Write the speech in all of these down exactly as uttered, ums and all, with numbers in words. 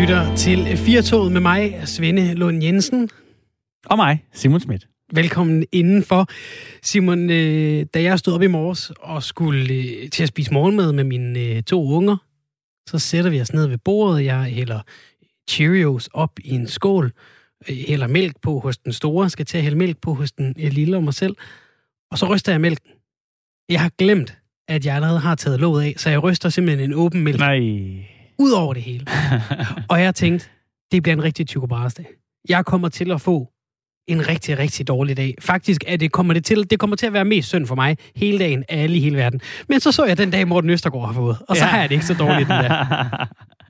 lytter til Firtoget med mig, Svende Lund Jensen. Og mig, Simon Schmidt. Velkommen indenfor. Simon, øh, da jeg stod op i morges og skulle øh, til at spise morgenmad med mine øh, to unger, så sætter vi os ned ved bordet. Jeg hælder Cheerios op i en skål, øh, hælder mælk på hos den store, skal til at hælde mælk på hos den øh, lille og mig selv, og så ryster jeg mælken. Jeg har glemt, at jeg allerede har taget låget af, så jeg ryster simpelthen en åben mælk. Nej. Ud over det hele. Og jeg tænkte, det bliver en rigtig Tycho Brahes-dag. Jeg kommer til at få en rigtig, rigtig dårlig dag. Faktisk er det, kommer det, til, det kommer til at være mest synd for mig hele dagen af alle i hele verden. Men så så jeg den dag, Morten Østergaard har fået, og så ja. har jeg det ikke så dårligt den der.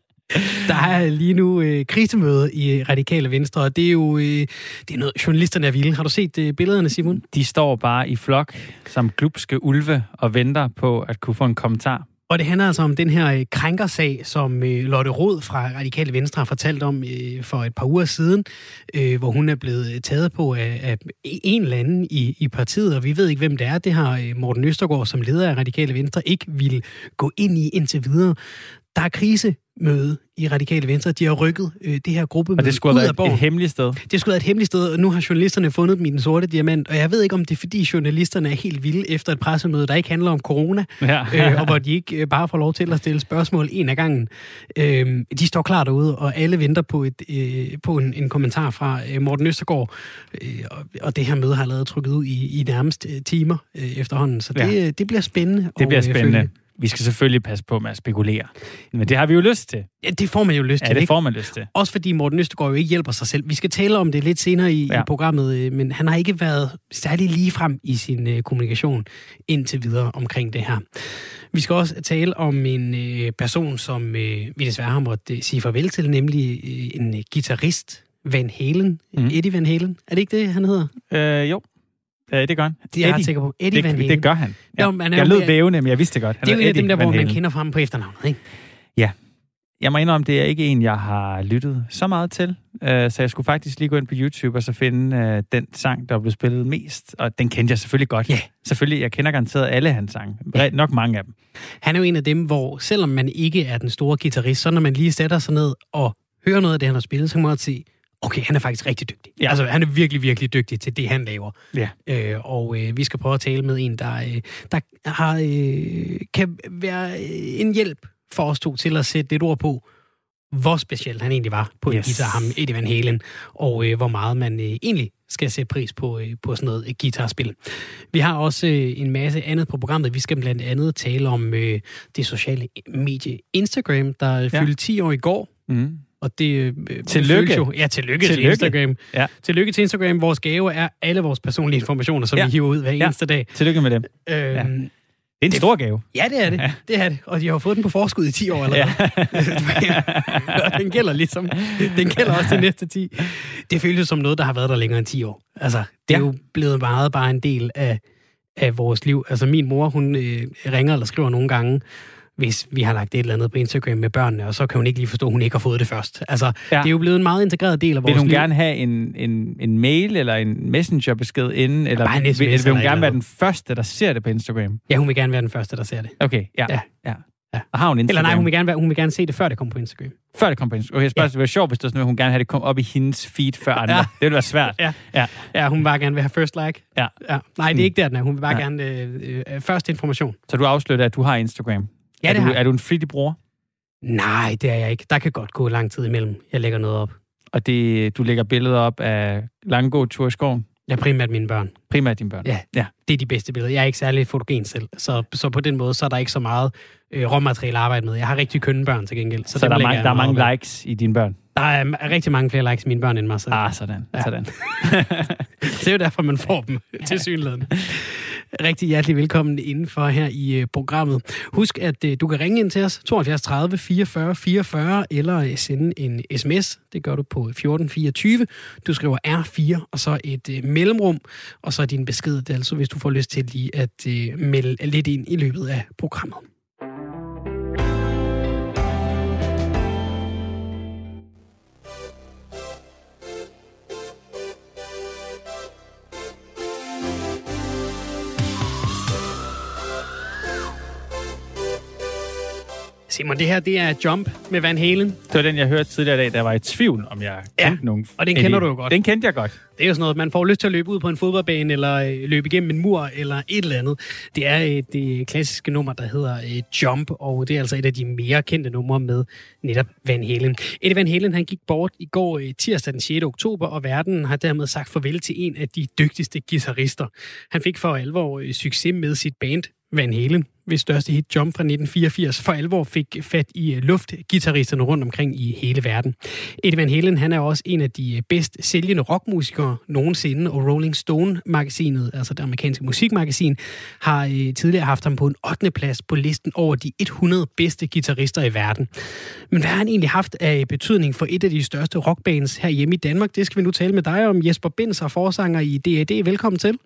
Der er lige nu øh, krisemøde i Radikale Venstre, og det er jo øh, det er noget, journalisterne er vilde. Har du set øh, billederne, Simon? De står bare i flok som glupske ulve og venter på at kunne få en kommentar. Og det handler altså om den her øh, krænkersag, som øh, Lotte Rod fra Radikale Venstre har fortalt om øh, for et par uger siden, øh, hvor hun er blevet taget på af, af en eller anden i, i partiet, og vi ved ikke, hvem det er. Det har øh, Morten Østergaard, som leder af Radikale Venstre, ikke ville gå ind i indtil videre. Der er krisemøde i Radikale Venstre. De har rykket øh, det her gruppemøde ud af borgen. Og det skulle have været et hemmeligt sted. Det skulle have været et hemmeligt sted, og nu har journalisterne fundet dem i den sorte diamant. Og jeg ved ikke, om det er, fordi journalisterne er helt vilde efter et pressemøde, der ikke handler om corona, ja. øh, og hvor de ikke øh, bare får lov til at stille spørgsmål en af gangen. Øh, de står klar derude, og alle venter på, et, øh, på en, en kommentar fra øh, Morten Østergaard. Øh, og, og det her møde har allerede trykket ud i, i nærmest øh, timer øh, efterhånden. Så det, ja. det bliver spændende. Det bliver spændende. Øh, Vi skal selvfølgelig passe på med at spekulere. Men det har vi jo lyst til. Ja, det får man jo lyst til. Ja, det ikke? får man lyst til. Også fordi Morten Østergaard jo ikke hjælper sig selv. Vi skal tale om det lidt senere i, ja. i programmet, men han har ikke været særlig ligefrem i sin uh, kommunikation indtil videre omkring det her. Vi skal også tale om en uh, person, som uh, vi desværre har måttet uh, sige farvel til, nemlig uh, en uh, guitarist, Van Halen. Mm. Eddie Van Halen. Er det ikke det, han hedder? Øh, jo. Ja, det gør han. Det er jeg ret sikker på. Eddie det, Van Halen. Det gør han. Ja. Jo, man er jeg lød med, vævende, men jeg vidste det godt. Han det er jo en af dem der, hvor man Halen. kender fra ham på efternavnet, ikke? Ja. Jeg må indrømme, det er ikke en, jeg har lyttet så meget til. Så jeg skulle faktisk lige gå ind på YouTube og så finde den sang, der blev spillet mest. Og den kendte jeg selvfølgelig godt. Ja. Selvfølgelig, jeg kender garanteret alle hans sange. Ja. Nok mange af dem. Han er jo en af dem, hvor selvom man ikke er den store guitarist, så når man lige sætter sig ned og hører noget af det, han har spillet, så kan man også sige, okay, han er faktisk rigtig dygtig. Ja. Altså, han er virkelig, virkelig dygtig til det, han laver. Ja. Øh, og øh, vi skal prøve at tale med en, der, øh, der har, øh, kan være en hjælp for os to til at sætte lidt ord på, hvor speciel han egentlig var på yes. en guitar, ham Eddie Van Halen, og øh, hvor meget man øh, egentlig skal sætte pris på, øh, på sådan noget øh, guitarspil. Vi har også øh, en masse andet på programmet. Vi skal blandt andet tale om øh, det sociale medie Instagram, der ja. fyldte ti år i går. Mm. Og det øh, tillykke. Jo, ja, tillykke, tillykke til Instagram. Ja. Tillykke til Instagram. Vores gave er alle vores personlige informationer, som ja. vi hiver ud hver ja. eneste dag. Tillykke med dem. Øhm, ja. Det er en stor gave. Ja, det er det. Ja. Det er det. Og de har jo fået den på forskud i ti år allerede. Ja. den gælder ligesom. Den gælder også de næste ti. Det føles som noget, der har været der længere end ti år. Altså, det er ja. jo blevet meget bare en del af, af vores liv. Altså, min mor, hun øh, ringer eller skriver nogle gange, hvis vi har lagt et eller andet på Instagram med børnene, og så kan hun ikke lige forstå, at hun ikke har fået det først. Altså, ja. det er jo blevet en meget integreret del af vores liv. Vil hun liv. gerne have en, en, en mail eller en messengerbesked inden, eller Bare en vil, vil, vil hun gerne eller være den første, der ser det på Instagram? Ja, hun vil gerne være den første, der ser det. Okay, ja. ja. ja. ja. Og har hun Instagram? Eller nej, hun vil, gerne være, hun vil gerne se det, før det kommer på Instagram. Før det kommer på Instagram? Okay, jeg spørger, ja. det var sjovt, hvis det var sådan, at hun gerne have det komme op i hendes feed før andre. Ja. Det ville være svært. Ja. Ja. ja, hun vil bare gerne vil have first like. Ja. ja. Nej, det er ikke der, den er. Hun vil bare ja. gerne øh, øh, først information. Så du afslører, at du har Instagram? Ja, er, det du, har. er du en flittig bruger? Nej, det er jeg ikke. Der kan godt gå lang tid imellem. Jeg lægger noget op. Og det, du lægger billeder op af lange gåture i skoven? Ja, primært mine børn. Primært dine børn? Ja, ja, det er de bedste billeder. Jeg er ikke særlig fotogen selv, så, så på den måde, så er der ikke så meget øh, råmateriale at arbejde med. Jeg har rigtig kønne børn til gengæld. Så, så der, er mange, der er mange op. likes i dine børn? Der er, er rigtig mange flere likes i mine børn end mig selv. Ah, sådan. Ja. sådan. Det er jo derfor, man får dem til synligheden. Rigtig hjertelig velkommen indenfor her i uh, programmet. Husk, at uh, du kan ringe ind til os tooghalvfjerds tredive fireogfyrre fireogfyrre eller uh, sende en sms. Det gør du på fjorten fireogtyve. Du skriver R fire og så et uh, mellemrum, og så din besked, altså hvis du får lyst til lige at uh, melde lidt ind i løbet af programmet. Simon, det her, det er Jump med Van Halen. Det var den, jeg hørte tidligere i dag, der var i tvivl, om jeg kendte ja, nogen. Og den kender du jo godt. Den kendte jeg godt. Det er jo sådan noget, man får lyst til at løbe ud på en fodboldbane, eller løbe igennem en mur, eller et eller andet. Det er det klassiske nummer, der hedder Jump, og det er altså et af de mere kendte numre med netop Van Halen. Eddie Van Halen, han gik bort i går tirsdag den sjette oktober, og verden har dermed sagt farvel til en af de dygtigste guitarister. Han fik for alvor succes med sit band Van Halen, hvis største hit Jump fra nitten fireogfirs for alvor fik fat i luftgitarristerne rundt omkring i hele verden. Eddie Van Halen, han er også en af de bedst sælgende rockmusikere nogensinde, og Rolling Stone-magasinet, altså det amerikanske musikmagasin, har tidligere haft ham på en ottende plads på listen over de hundrede bedste guitarister i verden. Men hvad har han egentlig haft af betydning for et af de største rockbands her hjemme i Danmark? Det skal vi nu tale med dig om. Jesper Binzer, forsanger i D A D. Velkommen til.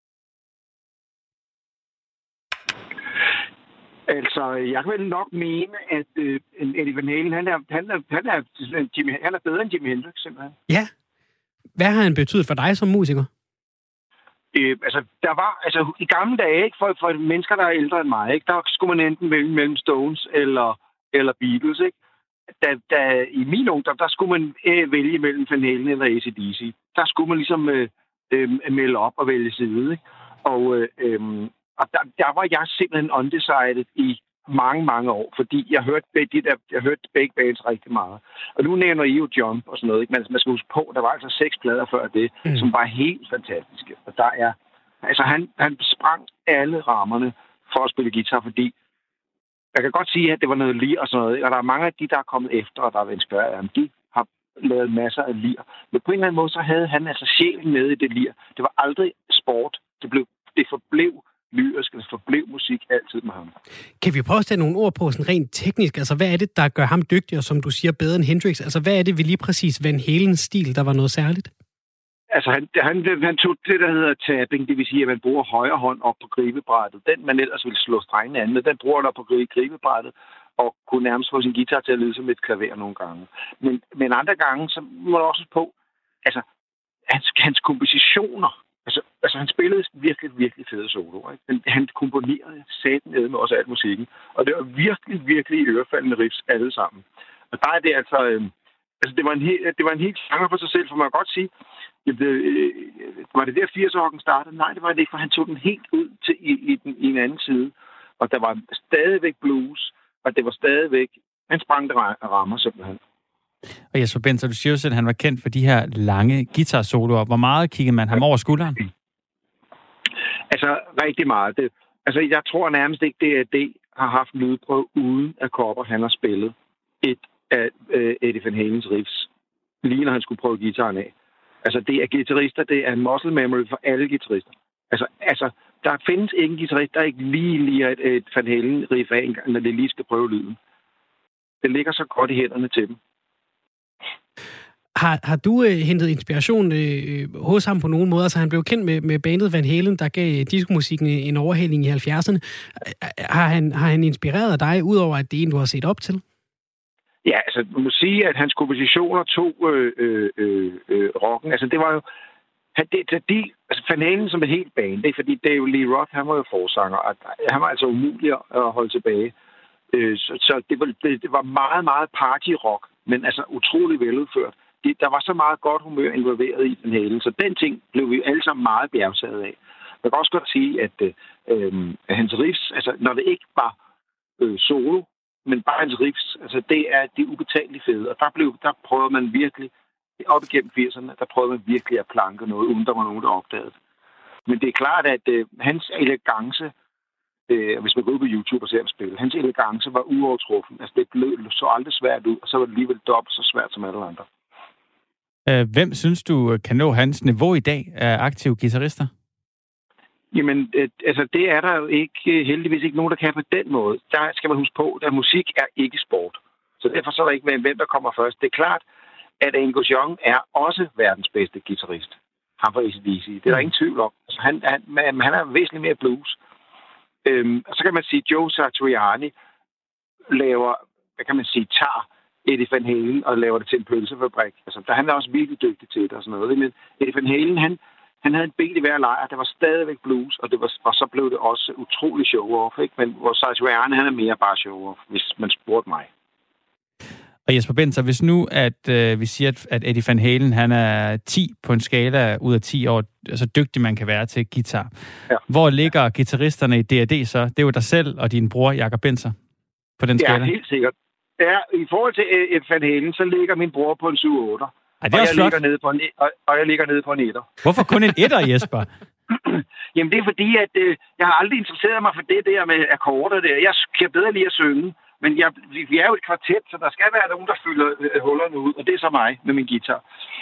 Altså, jeg kan vel nok mene, at øh, Eddie Van Halen, han er, han, er, han, er, Jimmy, han er bedre end Jimi Hendrix, simpelthen. Ja. Hvad har han betydet for dig som musiker? Øh, altså, der var, altså, i gamle dage, ikke, for, for mennesker, der er ældre end mig, ikke, der skulle man enten vælge mellem Stones eller, eller Beatles, ikke? Da, da, i min ungdom, der skulle man øh, vælge mellem Van Halen eller A C D C. Der skulle man ligesom øh, øh, melde op og vælge side, ikke? Og øh, øh, Og der, der var jeg simpelthen undecided i mange, mange år, fordi jeg hørte, de der, jeg hørte begge bands rigtig meget. Og nu nævner I jo Jump og sådan noget, ikke? Men man skal huske på, der var altså seks plader før det, mm. som var helt fantastiske. Og der er, altså han, han sprang alle rammerne for at spille guitar, fordi jeg kan godt sige, at det var noget lir og sådan noget, og der er mange af de, der er kommet efter, og der er inspireret af ham, de har lavet masser af lir. Men på en eller anden måde, så havde han altså sjælen med i det lir. Det var aldrig sport. Det, blev, det forblev lyrisk, det forblev musik altid med ham. Kan vi prøve at sætte nogle ord på sådan rent teknisk? Altså, hvad er det, der gør ham dygtig, og som du siger, bedre end Hendrix? Altså, hvad er det ved lige præcis Van Halens stil, der var noget særligt? Altså, han, han, han tog det, der hedder tapping, det vil sige, at man bruger højre hånd op på gribebrættet. Den, man ellers ville slå strengene an med, den bruger han op på gribebrættet, og kunne nærmest få sin guitar til at lyde som et klaver nogle gange. Men, men andre gange, så må du også på, altså, hans, hans kompositioner. Altså, altså, han spillede virkelig, virkelig fede soloer, ikke? Han, han komponerede satan ned med også alt musikken. Og det var virkelig, virkelig ørefaldende riffs alle sammen. Og der er det altså... Øh, altså, det var, en he, det var en helt genre for sig selv, for man kan godt sige... Det, øh, var det der firserne startede? Nej, det var det ikke, for han tog den helt ud til i, i, den, i en anden side. Og der var stadigvæk blues, og det var stadigvæk... Han sprang der rammer simpelthen. Og Jesper Binzer, du siger jo selv, at han var kendt for de her lange guitar-soloer. Hvor meget kiggede man ham over skulderen? Altså, rigtig meget. Det, altså, jeg tror nærmest ikke, D A D har haft lydprøve uden at Kopper, han har spillet et af uh, Eddie Van Halens riffs, lige når han skulle prøve guitaren af. Altså, det er guitarister, det er en muscle memory for alle guitarister. Altså, altså der findes ikke en guitarist, der ikke lige lige et, et Van Halen riff af engang, når det lige skal prøve lyden. Det ligger så godt i hænderne til dem. Har, har du øh, hentet inspiration øh, hos ham på nogen måde? Altså, han blev kendt med, med bandet Van Halen, der gav diskomusikken en overhaling i halvfjerdserne. Har han, har han inspireret dig, udover at det er en, du har set op til? Ja, altså, man må sige, at hans kompositioner tog øh, øh, øh, rocken. Altså, det var jo... Han, det, de, altså, Van Halen som et helt band, det er fordi Dave Lee Roth, han var jo forsanger, og han var altså umulig at holde tilbage. Øh, så så det, var, det, det var meget, meget party-rock, men altså utrolig veludført. Det, der var så meget godt humør involveret i den hele, så den ting blev vi alle sammen meget bjergtaget af. Jeg kan også godt sige, at øh, hans riffs, altså når det ikke var øh, solo, men bare hans riffs, altså det er det ubetaleligt fede. Og der, blev, der prøvede man virkelig, op igennem firserne, der prøvede man virkelig at planke noget, uden der var nogen, der opdagede. Men det er klart, at øh, hans elegance, øh, hvis man går ud på YouTube og ser ham spille, hans elegance var uovertruffen. Altså det blev så aldrig svært ud, og så var det alligevel dobbelt så svært som alle andre. Hvem synes du kan nå hans niveau i dag af aktive guitarister? Jamen, øh, altså det er der jo ikke, heldigvis ikke nogen, der kan på den måde. Der skal man huske på, at musik er ikke sport. Så derfor så er der ikke, hvem der kommer først. Det er klart, at Angus Young er også verdens bedste guitarist. Han fra A C D C. Det er der ingen tvivl om. Altså, han, han, han er væsentligt mere blues. Øhm, og så kan man sige, at Joe Satriani laver, hvad kan man sige, tager Eddie Van Halen og laver det til en pølsefabrik. Altså, der han er også virkelig dygtig til det og sådan noget. Men Eddie Van Halen, han, Han havde en ben i hver lejr. Det var stadigvæk blues, og, det var, og så blev det også utrolig show-off. Ikke? Men hvor Sergio Arne, han er mere bare show-off, hvis man spurgte mig. Og Jesper Binzer, hvis nu, at øh, vi siger, at, at Eddie Van Halen, han er ti på en skala ud af ti år, altså dygtig man kan være til guitar. Ja. Hvor ligger ja. guitaristerne i D og D så? Det er jo dig selv og din bror, Jakob Binzer, på den skala. Ja, helt sikkert. Ja, i forhold til Eddie Van Halen, så ligger min bror på en syv otte. Ej, det er og, jeg ligger nede på en, og, og jeg ligger nede på en etter. Hvorfor kun en etter, Jesper? Jamen, det er fordi, at øh, jeg har aldrig interesseret mig for det der med akkorder der. Jeg kan bedre lide at synge. Men jeg, vi er jo et kvartet, så der skal være nogen, der fylder øh, hullerne ud. Og det er så mig med min guitar.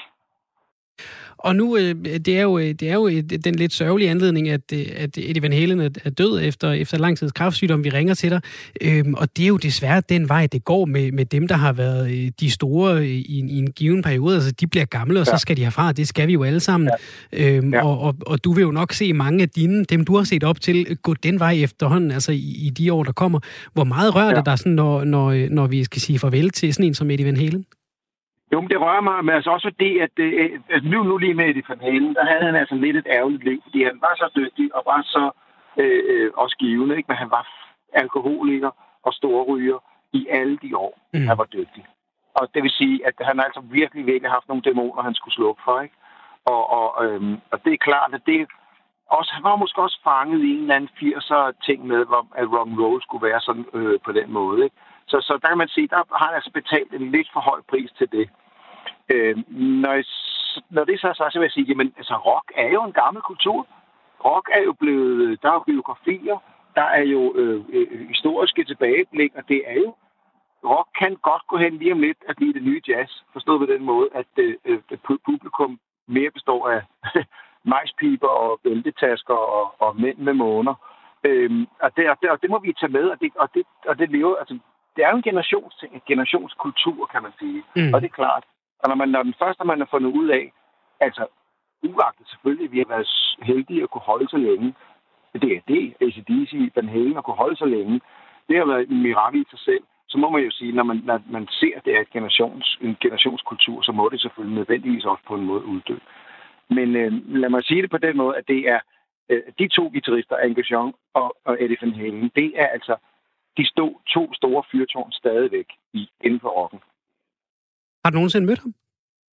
Og nu, øh, det er jo, det er jo den lidt sørgelige anledning, at, at Eddie Van Halen er død efter, efter lang tids kræftsygdom. Vi ringer til dig. Øhm, og det er jo desværre den vej, det går med, med dem, der har været de store i, i en given periode. Altså, de bliver gamle, og ja. så skal de herfra. Det skal vi jo alle sammen. Ja. Øhm, ja. Og, og, og du vil jo nok se mange af dine, dem du har set op til, gå den vej efterhånden, altså i, i de år, der kommer. Hvor meget rører ja. det dig, sådan, når, når, når vi skal sige farvel til sådan en som Eddie Van Halen? Jo, men det rører mig, men altså også fordi, at, at nu, nu lige med Eddie Van Halen, der havde han altså lidt et ærgerligt liv, fordi han var så dygtig og var så øh, også givende, ikke? Men han var alkoholiker og storryger i alle de år, mm. han var dygtig. Og det vil sige, at han altså virkelig, virkelig haft nogle dæmoner, han skulle slukke for, ikke? Og, og, øhm, og det er klart, at det også, han var måske også fanget i en eller anden firser-ting med, at rock and roll skulle være sådan øh, på den måde, ikke? Så, så der kan man sige, der har han altså betalt en lidt for høj pris til det. Øh, når, jeg, når det så er sagt, så vil jeg sige, jamen altså rock er jo en gammel kultur. Rock er jo blevet, der er jo biografier, der er jo øh, øh, historiske tilbageblik, og det er jo, rock kan godt gå hen lige om lidt at blive det nye jazz. Forstået på den måde, at øh, øh, publikum mere består af majspiber og bæltetasker og, og mænd med måner. Øh, og, det, og, det, og det må vi tage med, og det, og det, og det lever, altså det er jo en generations, en generationskultur, kan man sige. Mm. Og det er klart. Og når, man, når den første, man har fundet ud af, altså uagtet selvfølgelig, vi har været heldige at kunne holde så længe. Det er det, A C D C, Van Halen at kunne holde så længe. Det har været en mirakel i sig selv. Så må man jo sige, når man, når man ser, at det er et generations, en generationskultur, så må det selvfølgelig nødvendigvis også på en måde uddø. Men øh, lad mig sige det på den måde, at det er øh, de to guitarister, Angus Young og, og Eddie Van Halen, det er altså de stod to store fyrtårn stadigvæk i, inden for rocken. Har du nogensinde mødt ham?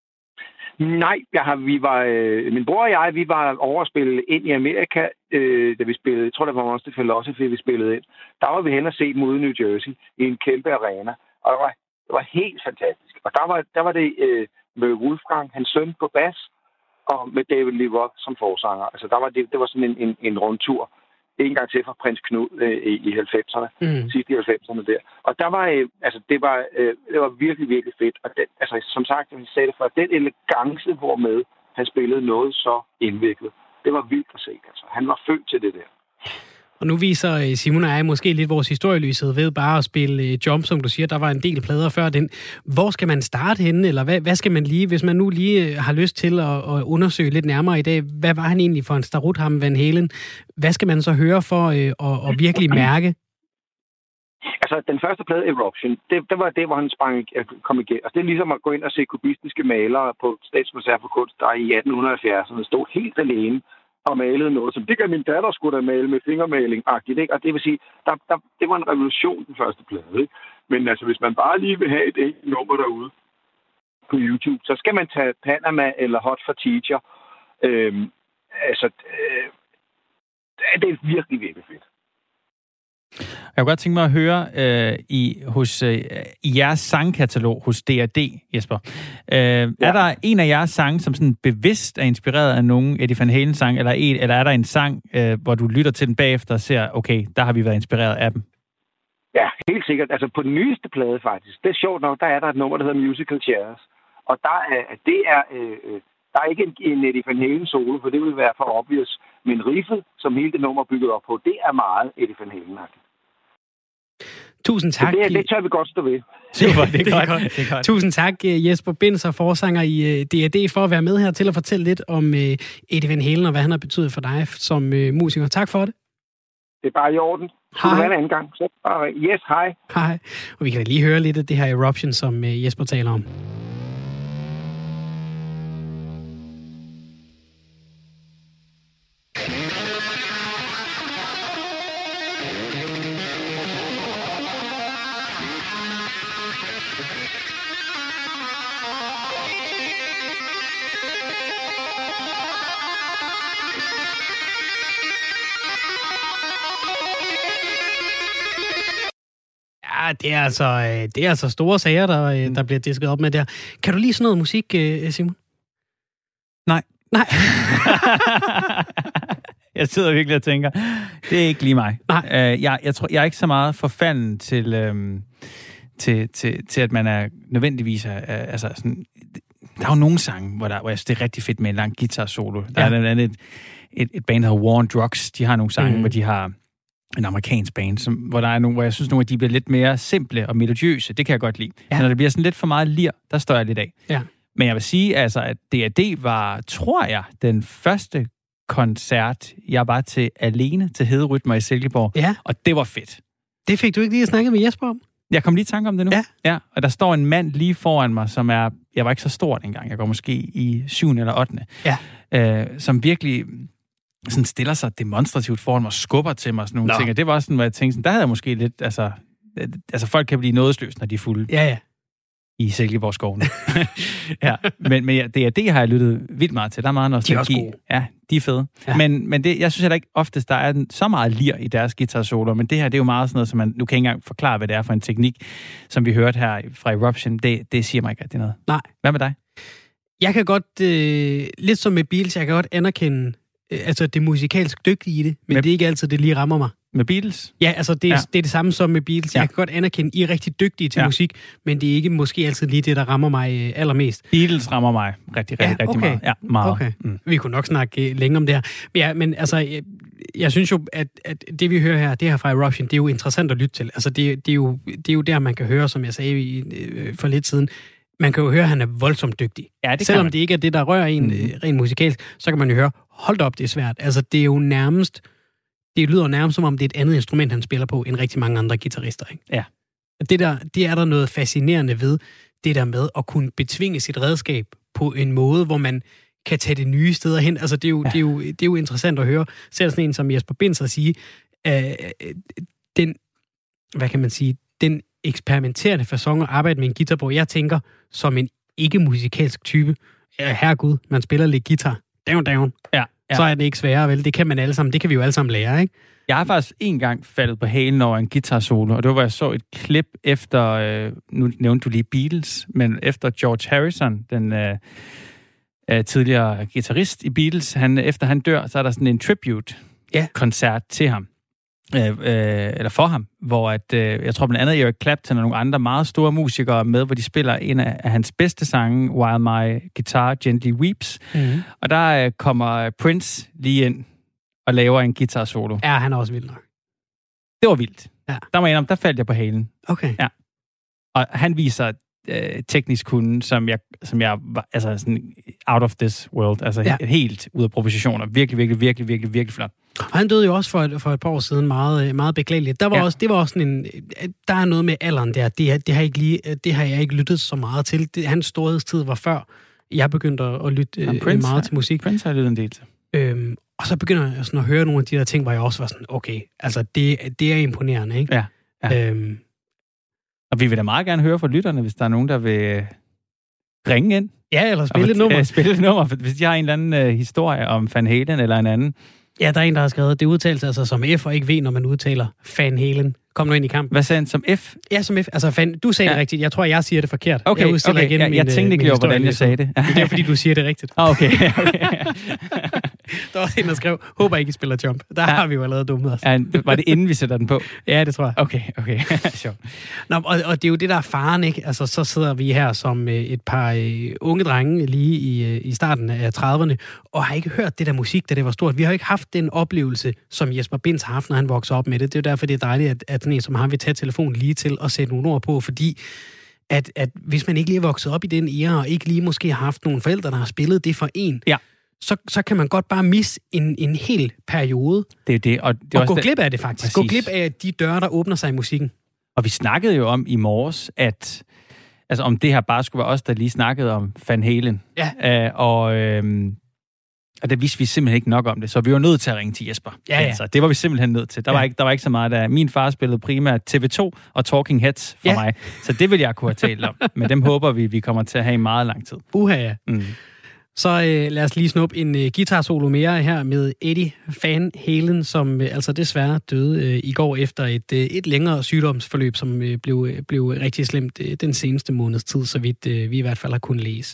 Nej, jeg har, vi var, øh, min bror og jeg, vi var over at spille ind i Amerika, øh, da vi spillede, jeg tror, det var Monster Philosophy, vi spillede ind. Der var vi hen og set mod New Jersey i en kæmpe arena, og det var, det var helt fantastisk. Og der var, der var det øh, med Wolfgang, hans søn på bas, og med David Lee Roth som forsanger. Altså, der var det, det var sådan en, en, en rundtur. En gang til fra Prins Knud øh, i halvfemserne, mm. sidst i halvfemserne der. Og der var, øh, altså det var, øh, det var virkelig, virkelig fedt. Og den, altså som sagt, jeg sagde det før, den elegance, hvormed han spillede noget så indviklet, det var vildt at se. Altså, han var født til det der. Og nu viser Simon og jeg måske lidt vores historielyshed ved bare at spille Jump, som du siger. Der var en del plader før den. Hvor skal man starte henne, eller hvad, hvad skal man lige, hvis man nu lige har lyst til at, at undersøge lidt nærmere i dag, hvad var han egentlig for en starut, ham Van Halen? Hvad skal man så høre for øh, at, at virkelig mærke? Altså, den første plade, Eruption, det, det var det, hvor han sprang, kom igen. Altså, det er ligesom at gå ind og se kubistiske malere på Statsmuseet for Kunst, der i atten halvfjerdserne stod helt alene og malede noget, som det kan min datter skulle da male med fingermaling-agtigt, ikke? Og det vil sige, der, der, det var en revolution, den første plade, ikke? Men altså, hvis man bare lige vil have et enkelt nummer derude på YouTube, så skal man tage Panama eller Hot for Teacher. Øhm, altså, øh, det er virkelig, virkelig fedt. Jeg kunne godt tænke mig at høre øh, i, hos, øh, i jeres sangkatalog hos D og D, Jesper. Øh, ja. Er der en af jeres sange, som sådan bevidst er inspireret af nogen Eddie Van Halen sang, eller, en, eller er der en sang, øh, hvor du lytter til den bagefter og ser, okay, der har vi været inspireret af dem? Ja, helt sikkert. Altså på den nyeste plade faktisk, det er sjovt nok, der er der et nummer, der hedder Musical Chairs. Og der er, det er, øh, der er ikke en, en Eddie Van Halen solo, for det vil være for obvious. Men riffet, som hele det nummer er bygget op på, det er meget Eddie Van Halen-agtigt. Tusind tak. Det, det tør vi godt stå ved. Super, det er, det er godt. godt. Det er godt. Tusind tak, Jesper Binzer, forsanger i D og D, for at være med her til at fortælle lidt om Eddie Van Halen og hvad han har betydet for dig som musiker. Tak for det. Det er bare i orden. Hej. Det være en anden gang. Så bare, yes, hej. Hej. Og vi kan lige høre lidt af det her Eruption, som Jesper taler om. Ja, det er altså, det er altså store sager, der, der bliver disket op med der. Kan du lide sådan noget musik, Simon? Nej. Nej. Jeg sidder virkelig og tænker, det er ikke lige mig. Nej. Uh, jeg, jeg tror, jeg er ikke så meget forfalden til, øhm, til, til, til, at man er nødvendigvis er, altså sådan, der er jo nogle sange, hvor, der, hvor jeg synes, det er rigtig fedt med en lang guitar-solo. Der ja. er blandt andet et, et, et band, der hedder War on Drugs. De har nogle sange, mm. hvor de har en amerikansk band, som, hvor der er nogle, hvor jeg synes, nogle af de bliver lidt mere simple og melodiøse. Det kan jeg godt lide. Ja. Men når det bliver sådan lidt for meget lir, der står jeg lidt af. Ja. Men jeg vil sige, altså, at D A D var, tror jeg, den første koncert, jeg var til alene til Hederytmer i Silkeborg. Ja. Og det var fedt. Det fik du ikke lige snakket med Jesper om? Jeg kom lige i tanke om det nu. Ja. ja. Og der står en mand lige foran mig, som er, jeg var ikke så stor dengang, jeg går måske i syvende eller ottende Ja. Øh, som virkelig sådan stiller sig demonstrativt foran mig og skubber til mig sådan nogle Nå. ting. Og det var også sådan, hvor jeg tænkte, sådan, der havde jeg måske lidt, altså, altså folk kan blive nådesløse, når de er fulde. Ja, ja. I Silkeborg-skoven. ja, men, men ja, D A D har jeg lyttet vildt meget til. Der er meget nostalgi. De er også gode. Ja, de er fede. Ja. Men, men det, jeg synes heller ikke oftest, der er så meget lir i deres guitar-solo, men det her, det er jo meget sådan noget, som man nu kan ikke engang forklare, hvad det er for en teknik, som vi hørte her fra Eruption. Det, det siger mig ikke, at det er noget. Nej. Hvad med dig? Jeg kan godt, øh, lidt som med Beatles, jeg kan godt anerkende øh, altså det musikalsk dygtige i det, men med, det er ikke altid, det lige rammer mig. Med Beatles? Ja, altså det, ja. det er det samme som med Beatles. Ja. Jeg kan godt anerkende, I er rigtig dygtige til ja. musik, men det er ikke måske altid lige det, der rammer mig øh, allermest. Beatles rammer mig rigtig, rigtig, ja, okay. rigtig meget. Ja, meget. Okay. Mm. Vi kunne nok snakke øh, længe om det her. Men, ja, men altså, jeg, jeg synes jo, at, at det vi hører her, det her fra Eruption, det er jo interessant at lytte til. Altså det, det, er, jo, det er jo der, man kan høre, som jeg sagde i, øh, for lidt siden, man kan jo høre, at han er voldsomt dygtig. Ja, det Selvom det ikke er det, der rører en mm. øh, rent musikalsk, så kan man jo høre, hold op, det er svært. Altså det er jo nærmest... Det lyder nærmest som om, det er et andet instrument, han spiller på, end rigtig mange andre guitarister. Ikke? Ja. Det, der, det er der noget fascinerende ved, det der med at kunne betvinge sit redskab på en måde, hvor man kan tage det nye steder hen. Altså, det er jo, ja. det er jo, det er jo interessant at høre. Selv sådan en som Jesper Binzer sige, øh, den, hvad kan man sige, den eksperimenterende facon at arbejde med en guitar på, jeg tænker, som en ikke-musikalsk type, ja, herregud, man spiller lidt guitar, down, down. Ja. Ja. Så er det ikke sværere, vel? Det kan man alle sammen. Det kan vi jo alle sammen lære, ikke? Jeg har faktisk en gang faldet på halen over en guitar-solo, og det var, hvor jeg så et klip efter, øh, nu nævnte du lige Beatles, men efter George Harrison, den øh, øh, tidligere guitarist i Beatles, han, efter han dør, så er der sådan en tribute-koncert ja. til ham. Øh, øh, eller for ham, hvor at, øh, jeg tror blandt andet Eric Clapton og nogle andre meget store musikere med, hvor de spiller en af, af hans bedste sange, While My Guitar Gently Weeps. Mm-hmm. Og der øh, kommer Prince lige ind og laver en guitar solo. Ja, han er også vild nok. Det var vildt. Ja. Der, var en, der faldt jeg på halen. Okay. Ja. Og han viser øh, teknisk kunde, som jeg, som jeg var altså sådan out of this world, altså ja. he- helt ud af propositioner. Virkelig, virkelig, virkelig, virkelig, virkelig flot. Og han døde jo også for et, for et par år siden meget, meget beklageligt. Der var ja. også, det var også sådan en, der er noget med alderen der. Det, det, har, ikke lige, det har jeg ikke lyttet så meget til. Det, hans storhedstid var før jeg begyndte at lytte ja, Prince, meget til musik. Prince har lyttet en del til. Øhm, og så begynder jeg sådan at høre nogle af de der ting, hvor jeg også var sådan, okay, altså det, det er imponerende, ikke? Ja. ja. Øhm, og vi vil da meget gerne høre fra lytterne, hvis der er nogen, der vil ringe ind. Ja, eller spille et nummer. Ja, spille et nummer, hvis de har en eller anden uh, historie om Van Halen eller en anden. Ja, der er en, der har skrevet, det udtales altså som F, og ikke V, når man udtaler Van Halen. Kom nu ind i kampen. Hvad sagde han som F? Ja, som F. Altså, fan, du sagde ja. det rigtigt. Jeg tror, jeg siger det forkert. Okay, jeg okay. Igen jeg, jeg min, tænkte ikke lige over, hvordan jeg sagde det. Det er fordi, du siger det rigtigt. Okay, okay. Der var også en, der skrev, håber ikke, I spiller Jump. Der ja. har vi jo allerede dummet os. Ja, var det inden, vi sætter den på? Ja, det tror jeg. Okay, okay. Sjovt. Nå, og, og det er jo det, der er faren, ikke? Altså, så sidder vi her som øh, et par øh, unge drenge lige i, øh, i starten af trediverne, og har ikke hørt det der musik, da det var stort. Vi har jo ikke haft den oplevelse, som Jesper Binz har haft, når han voksede op med det. Det er jo derfor, det er dejligt, at, at sådan en som ham vil tage telefonen lige til at sætte nogle ord på, fordi at, at hvis man ikke lige er vokset op i den æra, og ikke lige måske har haft nogle forældre, der har spillet det for en, ja. så, så kan man godt bare misse en, en hel periode. Det er det. Og, det er og også gå glip af det faktisk. Præcis. Gå glip af de døre, der åbner sig i musikken. Og vi snakkede jo om i morges, at altså om det her bare skulle være os, der lige snakkede om Van Halen. Ja. Øh, og øhm, Og det vidste vi simpelthen ikke nok om det, så vi var nødt til at ringe til Jesper. Ja, ja. Altså, det var vi simpelthen nødt til. Der, ja. var ikke, der var ikke så meget der. Min far spillede primært T V to og Talking Heads for ja. mig, så det vil jeg kunne have talt om. Men dem håber vi, vi kommer til at have i meget lang tid. Uha, ja. Mm. Så øh, lad os lige snuppe en øh, guitar-solo mere her med Eddie Van Halen, som øh, altså desværre døde øh, i går efter et, øh, et længere sygdomsforløb, som øh, blev, øh, blev rigtig slemt øh, den seneste måneds tid, så vidt øh, vi i hvert fald har kunnet læse.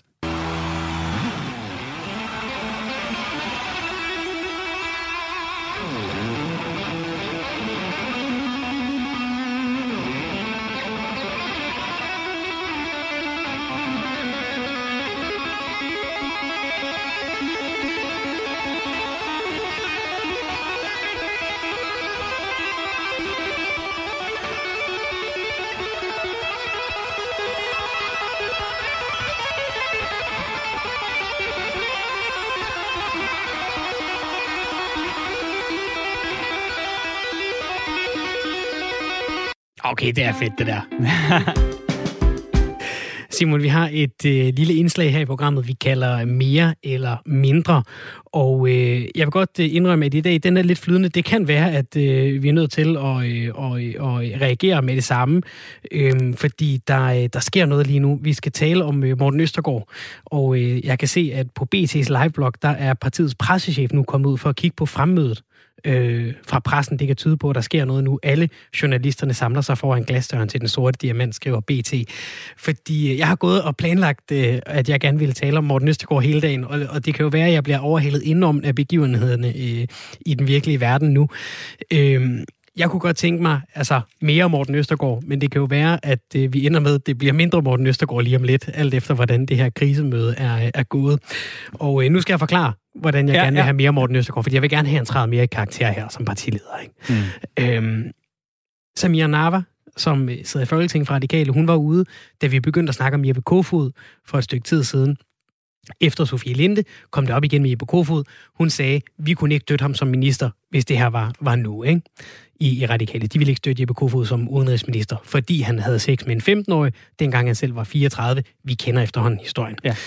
Okay, det er fedt, det der. Simon, vi har et øh, lille indslag her i programmet, vi kalder mere eller mindre. Og øh, jeg vil godt øh, indrømme, at i dag, den er lidt flydende. Det kan være, at øh, vi er nødt til at, øh, og, og reagere med det samme, øh, fordi der, der sker noget lige nu. Vi skal tale om øh, Morten Østergaard, og øh, jeg kan se, at på B T's liveblog, der er partiets pressechef nu kommet ud for at kigge på fremmødet øh, fra pressen. Det kan tyde på, at der sker noget nu. Alle journalisterne samler sig foran glasdøren til Den Sorte Diamant, skriver B T. Fordi jeg har gået og planlagt, øh, at jeg gerne ville tale om Morten Østergaard hele dagen, og, og det kan jo være, at jeg bliver overhældet indenom af begivenhederne øh, i den virkelige verden nu. Øh, Jeg kunne godt tænke mig, altså mere Morten Østergaard, men det kan jo være, at øh, vi ender med, at det bliver mindre Morten Østergaard lige om lidt, alt efter hvordan det her krisemøde er, er gået. Og øh, nu skal jeg forklare, hvordan jeg ja, gerne vil ja. have mere Morten Østergaard, fordi jeg vil gerne have, at han træder mere i karakter her som partileder. Ikke? Mm. Øhm, Samira Nawa, som sidder i Folketinget fra Radikale, hun var ude, da vi begyndte at snakke om Jeppe Kofod for et stykke tid siden. Efter Sofie Linde kom det op igen med Jeppe Kofod. Hun sagde, vi kunne ikke støtte ham som minister, hvis det her var, var nu, ikke? I, i Radikale. De ville ikke støtte Jeppe Kofod som udenrigsminister, fordi han havde sex med en femten-årig, dengang han selv var fireogtredive. Vi kender efterhånden historien. Ja.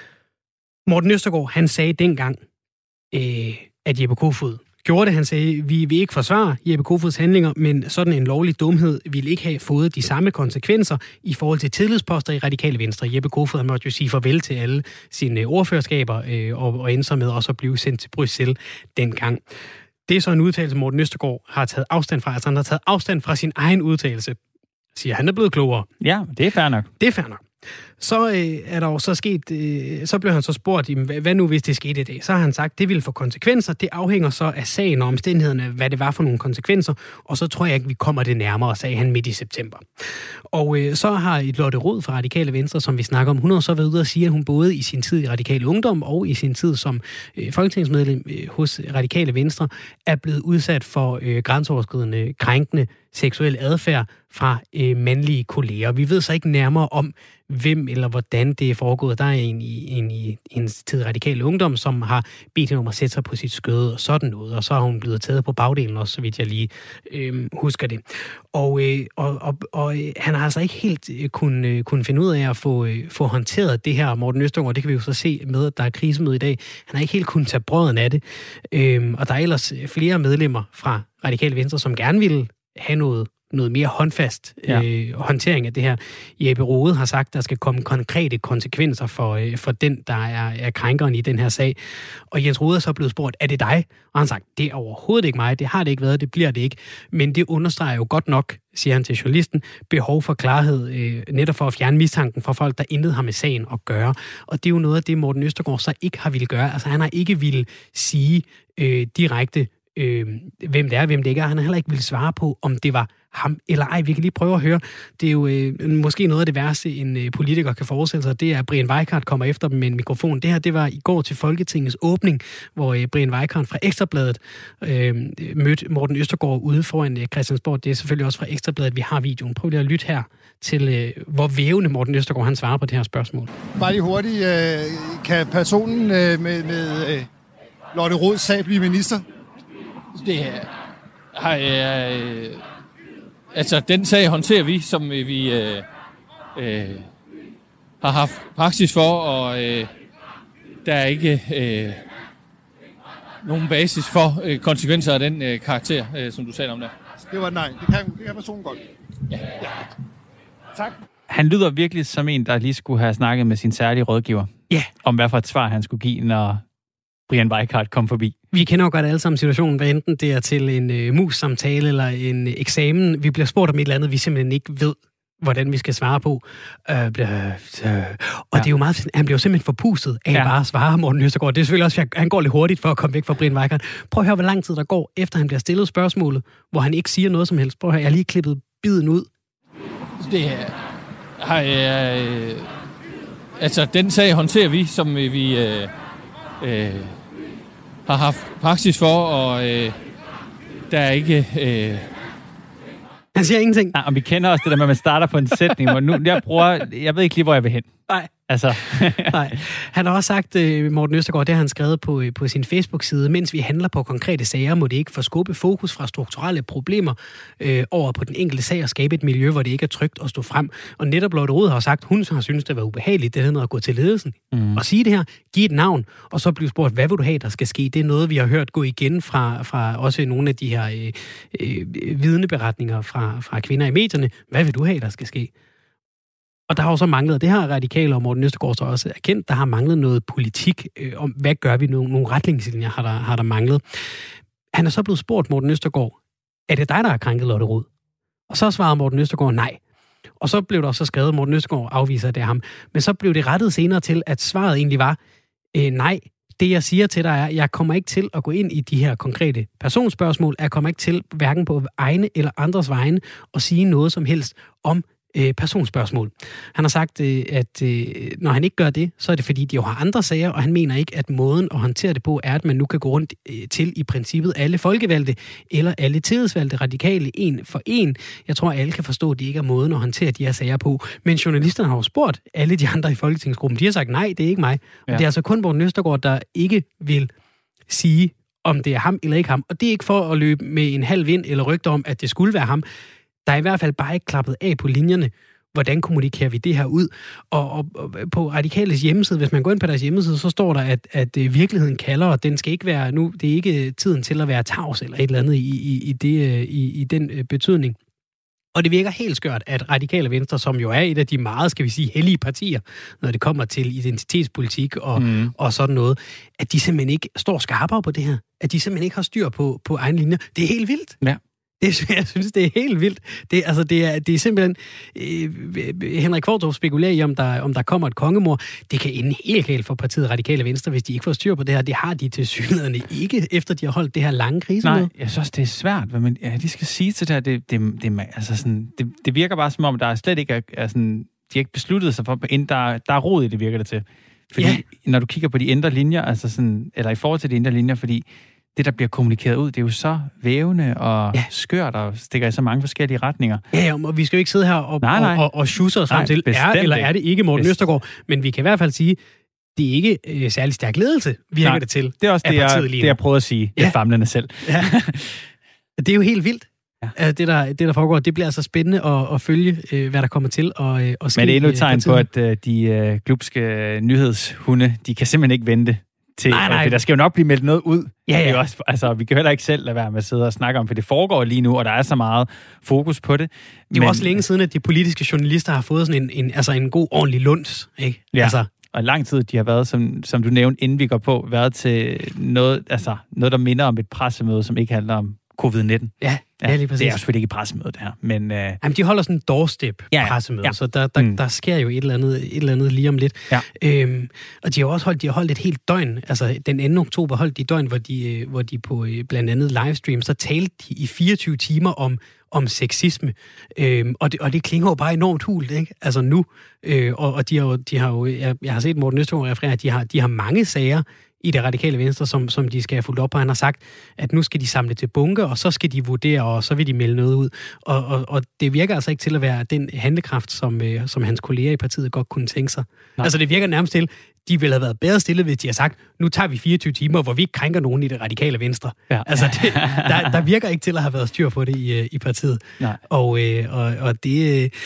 Morten Østergaard, han sagde dengang, øh, at Jeppe Kofod gjorde det. Han sagde, vi vil ikke forsvare Jeppe Kofods handlinger, men sådan en lovlig dumhed ville ikke have fået de samme konsekvenser i forhold til tillidsposter i Radikale Venstre. Jeppe Kofod måtte jo sige farvel til alle sine ordførerskaber øh, og, og ende så med også at blive sendt til Bruxelles dengang. Det er så en udtalelse, Morten Østergaard har taget afstand fra. Altså han har taget afstand fra sin egen udtalelse. Siger, han er blevet klogere. Ja, det er fair nok. Det er fair nok. Så øh, er der jo så sket, øh, så blev han så spurgt, hvad, hvad nu hvis det skete i dag? Så har han sagt, det ville få konsekvenser. Det afhænger så af sagen og omstændighederne, hvad det var for nogle konsekvenser. Og så tror jeg ikke, vi kommer det nærmere, sagde han midt i september. Og øh, så har et Lotte Rod fra Radikale Venstre, som vi snakker om, hun har så været ude og sige, at hun både i sin tid i Radikale Ungdom og i sin tid som øh, folketingsmedlem øh, hos Radikale Venstre er blevet udsat for øh, grænseoverskridende, krænkende seksuel adfærd fra øh, mandlige kolleger. Vi ved så ikke nærmere om, hvem eller hvordan det er foregået. Der er en i, en i en tid Radikale Ungdom, som har bedt hende om at sætte sig på sit skøde og sådan noget, og så har hun blevet taget på bagdelen også, så vidt jeg lige øh, husker det. Og, øh, og, og, og han har altså ikke helt øh, kunnet kunne finde ud af at få, øh, få håndteret det her, Morten Østergaard. Det kan vi jo så se med, at der er krisemøde i dag. Han har ikke helt kunnet tage brøden af det. Øh, og der er ellers flere medlemmer fra Radikale Venstre, som gerne ville have noget noget mere håndfast ja. øh, håndtering af det her. Jeppe Rode har sagt, at der skal komme konkrete konsekvenser for, øh, for den, der er, er krænkeren i den her sag. Og Jens Rode er så blevet spurgt, er det dig? Og han har sagt, det er overhovedet ikke mig, det har det ikke været, det bliver det ikke. Men det understreger jo godt nok, siger han til journalisten, behov for klarhed, øh, netop for at fjerne mistanken for folk, der intet har med sagen at gøre. Og det er jo noget af det, Morten Østergaard så ikke har ville gøre. Altså han har ikke ville sige øh, direkte, Øh, hvem det er, hvem det ikke er. Han har heller ikke ville svare på, om det var ham eller ej. Vi kan lige prøve at høre. Det er jo øh, måske noget af det værste, en øh, politiker kan forestille sig. Det er, at Brian Weikart kommer efter dem med en mikrofon. Det her, det var i går til Folketingets åbning, hvor øh, Brian Weikart fra Ekstrabladet øh, mødte Morten Østergaard ude foran øh, Christiansborg. Det er selvfølgelig også fra Ekstrabladet, vi har videoen. Prøv lige at lytte her til, øh, hvor vævende Morten Østergaard han svarer på det her spørgsmål. Bare lige hurtigt. Øh, kan personen øh, med, med øh, Lotte Rods sag blive minister? Det har øh, altså den sag håndterer vi, som vi øh, øh, har haft praksis for, og øh, der er ikke øh, nogen basis for øh, konsekvenser af den øh, karakter, øh, som du sagde om der. Det var nej. Det kan, det kan personen godt. Ja. Ja. Tak. Han lyder virkelig som en, der lige skulle have snakket med sin særlige rådgiver. Ja. Om hvad for et svar han skulle give, når Brian Weikart kom forbi. Vi kender jo godt alle sammen situationen, hvad enten det er til en øh, mus-samtale eller en eksamen. Vi bliver spurgt om et eller andet, vi simpelthen ikke ved, hvordan vi skal svare på. Øh, øh, øh. Og ja. Det er jo meget... Han bliver jo simpelthen forpustet af ja. bare at svare Morten Østergaard. Det er selvfølgelig også, at han går lidt hurtigt for at komme væk fra Brian Weikart. Prøv at høre, hvor lang tid der går, efter han bliver stillet spørgsmålet, hvor han ikke siger noget som helst. Prøv at høre, jeg har lige klippet biden ud. Det her har øh, altså, den sag håndterer vi, som vi øh, øh, har haft praksis for, og øh, der er ikke... Øh, Han siger ingenting. Nej, og vi kender også det der med, at man starter på en sætning, hvor nu, jeg bruger, jeg ved ikke lige, hvor jeg vil hen. Nej. Altså. Nej. Han har også sagt, Morten Østergaard, det har han skrevet på, på sin Facebook-side, mens vi handler på konkrete sager, må det ikke forskubbe fokus fra strukturelle problemer øh, over på den enkelte sag og skabe et miljø, hvor det ikke er trygt at stå frem. Og netop Lotte Rod har sagt, hun har synes det var ubehageligt, det hedder at gå til ledelsen mm. og sige det her, give et navn, og så blive spurgt, hvad vil du have, der skal ske? Det er noget, vi har hørt gå igen fra, fra også nogle af de her øh, øh, vidneberetninger fra, fra kvinder i medierne. Hvad vil du have, der skal ske? Og der har jo så manglet, det har radikale og Morten Østergaard så også erkendt, der har manglet noget politik øh, om, hvad gør vi nu? Nogle retningslinjer har der, har der manglet. Han er så blevet spurgt, Morten Østergaard, er det dig, der har krænket Lotte Rod? Og så svarede Morten Østergaard nej. Og så blev der også skrevet, Morten Østergaard afviser, det af ham. Men så blev det rettet senere til, at svaret egentlig var, øh, nej, det jeg siger til dig er, jeg kommer ikke til at gå ind i de her konkrete personspørgsmål, jeg kommer ikke til, hverken på egne eller andres vegne, at sige noget som helst om personspørgsmål. Han har sagt, at når han ikke gør det, så er det fordi, de jo har andre sager, og han mener ikke, at måden at håndtere det på, er, at man nu kan gå rundt til i princippet alle folkevalgte, eller alle tillidsvalgte radikale, en for en. Jeg tror, alle kan forstå, at det ikke er måden at håndtere de her sager på. Men journalisterne har jo spurgt alle de andre i folketingsgruppen. De har sagt, nej, det er ikke mig. Ja. Og det er altså kun Morten Østergaard, der ikke vil sige, om det er ham eller ikke ham. Og det er ikke for at løbe med en halv vind eller rygter om, at det skulle være ham. Der er i hvert fald bare ikke klappet af på linjerne. Hvordan kommunikerer vi det her ud? Og, og, og på Radikales hjemmeside, hvis man går ind på deres hjemmeside, så står der, at, at virkeligheden kalder, og den skal ikke være nu, det er ikke tiden til at være tavs eller et eller andet i, i, i, det, i, i den betydning. Og det virker helt skørt, at Radikale Venstre, som jo er et af de meget, skal vi sige, hellige partier, når det kommer til identitetspolitik og, mm. og sådan noget, at de simpelthen ikke står skarpere på det her. At de simpelthen ikke har styr på, på egen linje. Det er helt vildt. Ja. Det, jeg synes, det er helt vildt. Det, altså, det, er, det er simpelthen... Øh, Henrik Qvortrup spekulerer i, om der, om der kommer et kongemor. Det kan ende helt galt for partiet Radikale Venstre, hvis de ikke får styr på det her. Det har de tilsyneladende ikke, efter de har holdt det her lange krisemøde. Nej, jeg synes, det er svært, hvad man, ja, de skal sige til det her. Det, det, det, altså sådan, det, det virker bare som om, der er slet ikke er, er sådan, de har ikke besluttet sig for, der, der er rod i det, virker det til. Fordi ja. Når du kigger på de indre linjer, altså sådan, eller i forhold til de indre linjer, fordi det, der bliver kommunikeret ud, det er jo så vævende og ja. skørt og stikker i så mange forskellige retninger. Ja, og vi skal jo ikke sidde her og, nej, nej. og, og, og sjusse os frem til, er eller er det ikke Morten Østergaard? Men vi kan i hvert fald sige, det er ikke øh, særlig stærk ledelse, virker nej, det til. Det er også det, jeg, det, jeg prøvede at sige, ja. lidt famlende selv. Ja. Det er jo helt vildt. Ja. Det, der, det, der foregår, det bliver altså spændende at, at følge, øh, hvad der kommer til at, øh, at ske. Men det er endnu et tegn på, at øh, de øh, glupske nyhedshunde, de kan simpelthen ikke vente til, nej, nej. Der skal jo nok blive meldt noget ud. Ja, ja. Også, altså, vi kan heller ikke selv lade være med at sidde og snakke om, for det foregår lige nu, og der er så meget fokus på det. Det er jo også længe siden, at de politiske journalister har fået sådan en, en, altså en god, ordentlig lunds. Ikke? Ja, altså. Og lang tid, de har været, som, som du nævnte, inden vi går på, været til noget, altså, noget, der minder om et pressemøde, som ikke handler om covid nitten. Ja, ja, ja lige præcis. Det er jo selvfølgelig ikke et pressemøde, det her. Men, øh... Jamen, de holder sådan en doorstep-pressemøde, ja, ja. så der, der, mm. der sker jo et eller, andet, et eller andet lige om lidt. Ja. Øhm, og de har også holdt, de har holdt et helt døgn, altså den anden oktober holdt de et døgn, hvor de, hvor de på blandt andet livestream, så talte de i fireogtyve timer om om sexisme, øhm, og, det, og det klinger jo bare enormt hult, ikke? Altså nu, øh, og, og de har jo, de har jo jeg, jeg har set Morten Østergaard referere, at de har, de har mange sager i det Radikale Venstre, som, som de skal have fulgt op på. Han har sagt, at nu skal de samle til bunke, og så skal de vurdere, og så vil de melde noget ud. Og, og, og det virker altså ikke til at være den handlekraft, som, øh, som hans kolleger i partiet godt kunne tænke sig. Nej. Altså det virker nærmest til, de ville have været bedre stillet, hvis de har sagt, nu tager vi fireogtyve timer, hvor vi ikke krænker nogen i det Radikale Venstre. Ja. Altså det, der, der virker ikke til at have været styr på det i, i partiet. Nej. Og, øh, og, og det... Øh,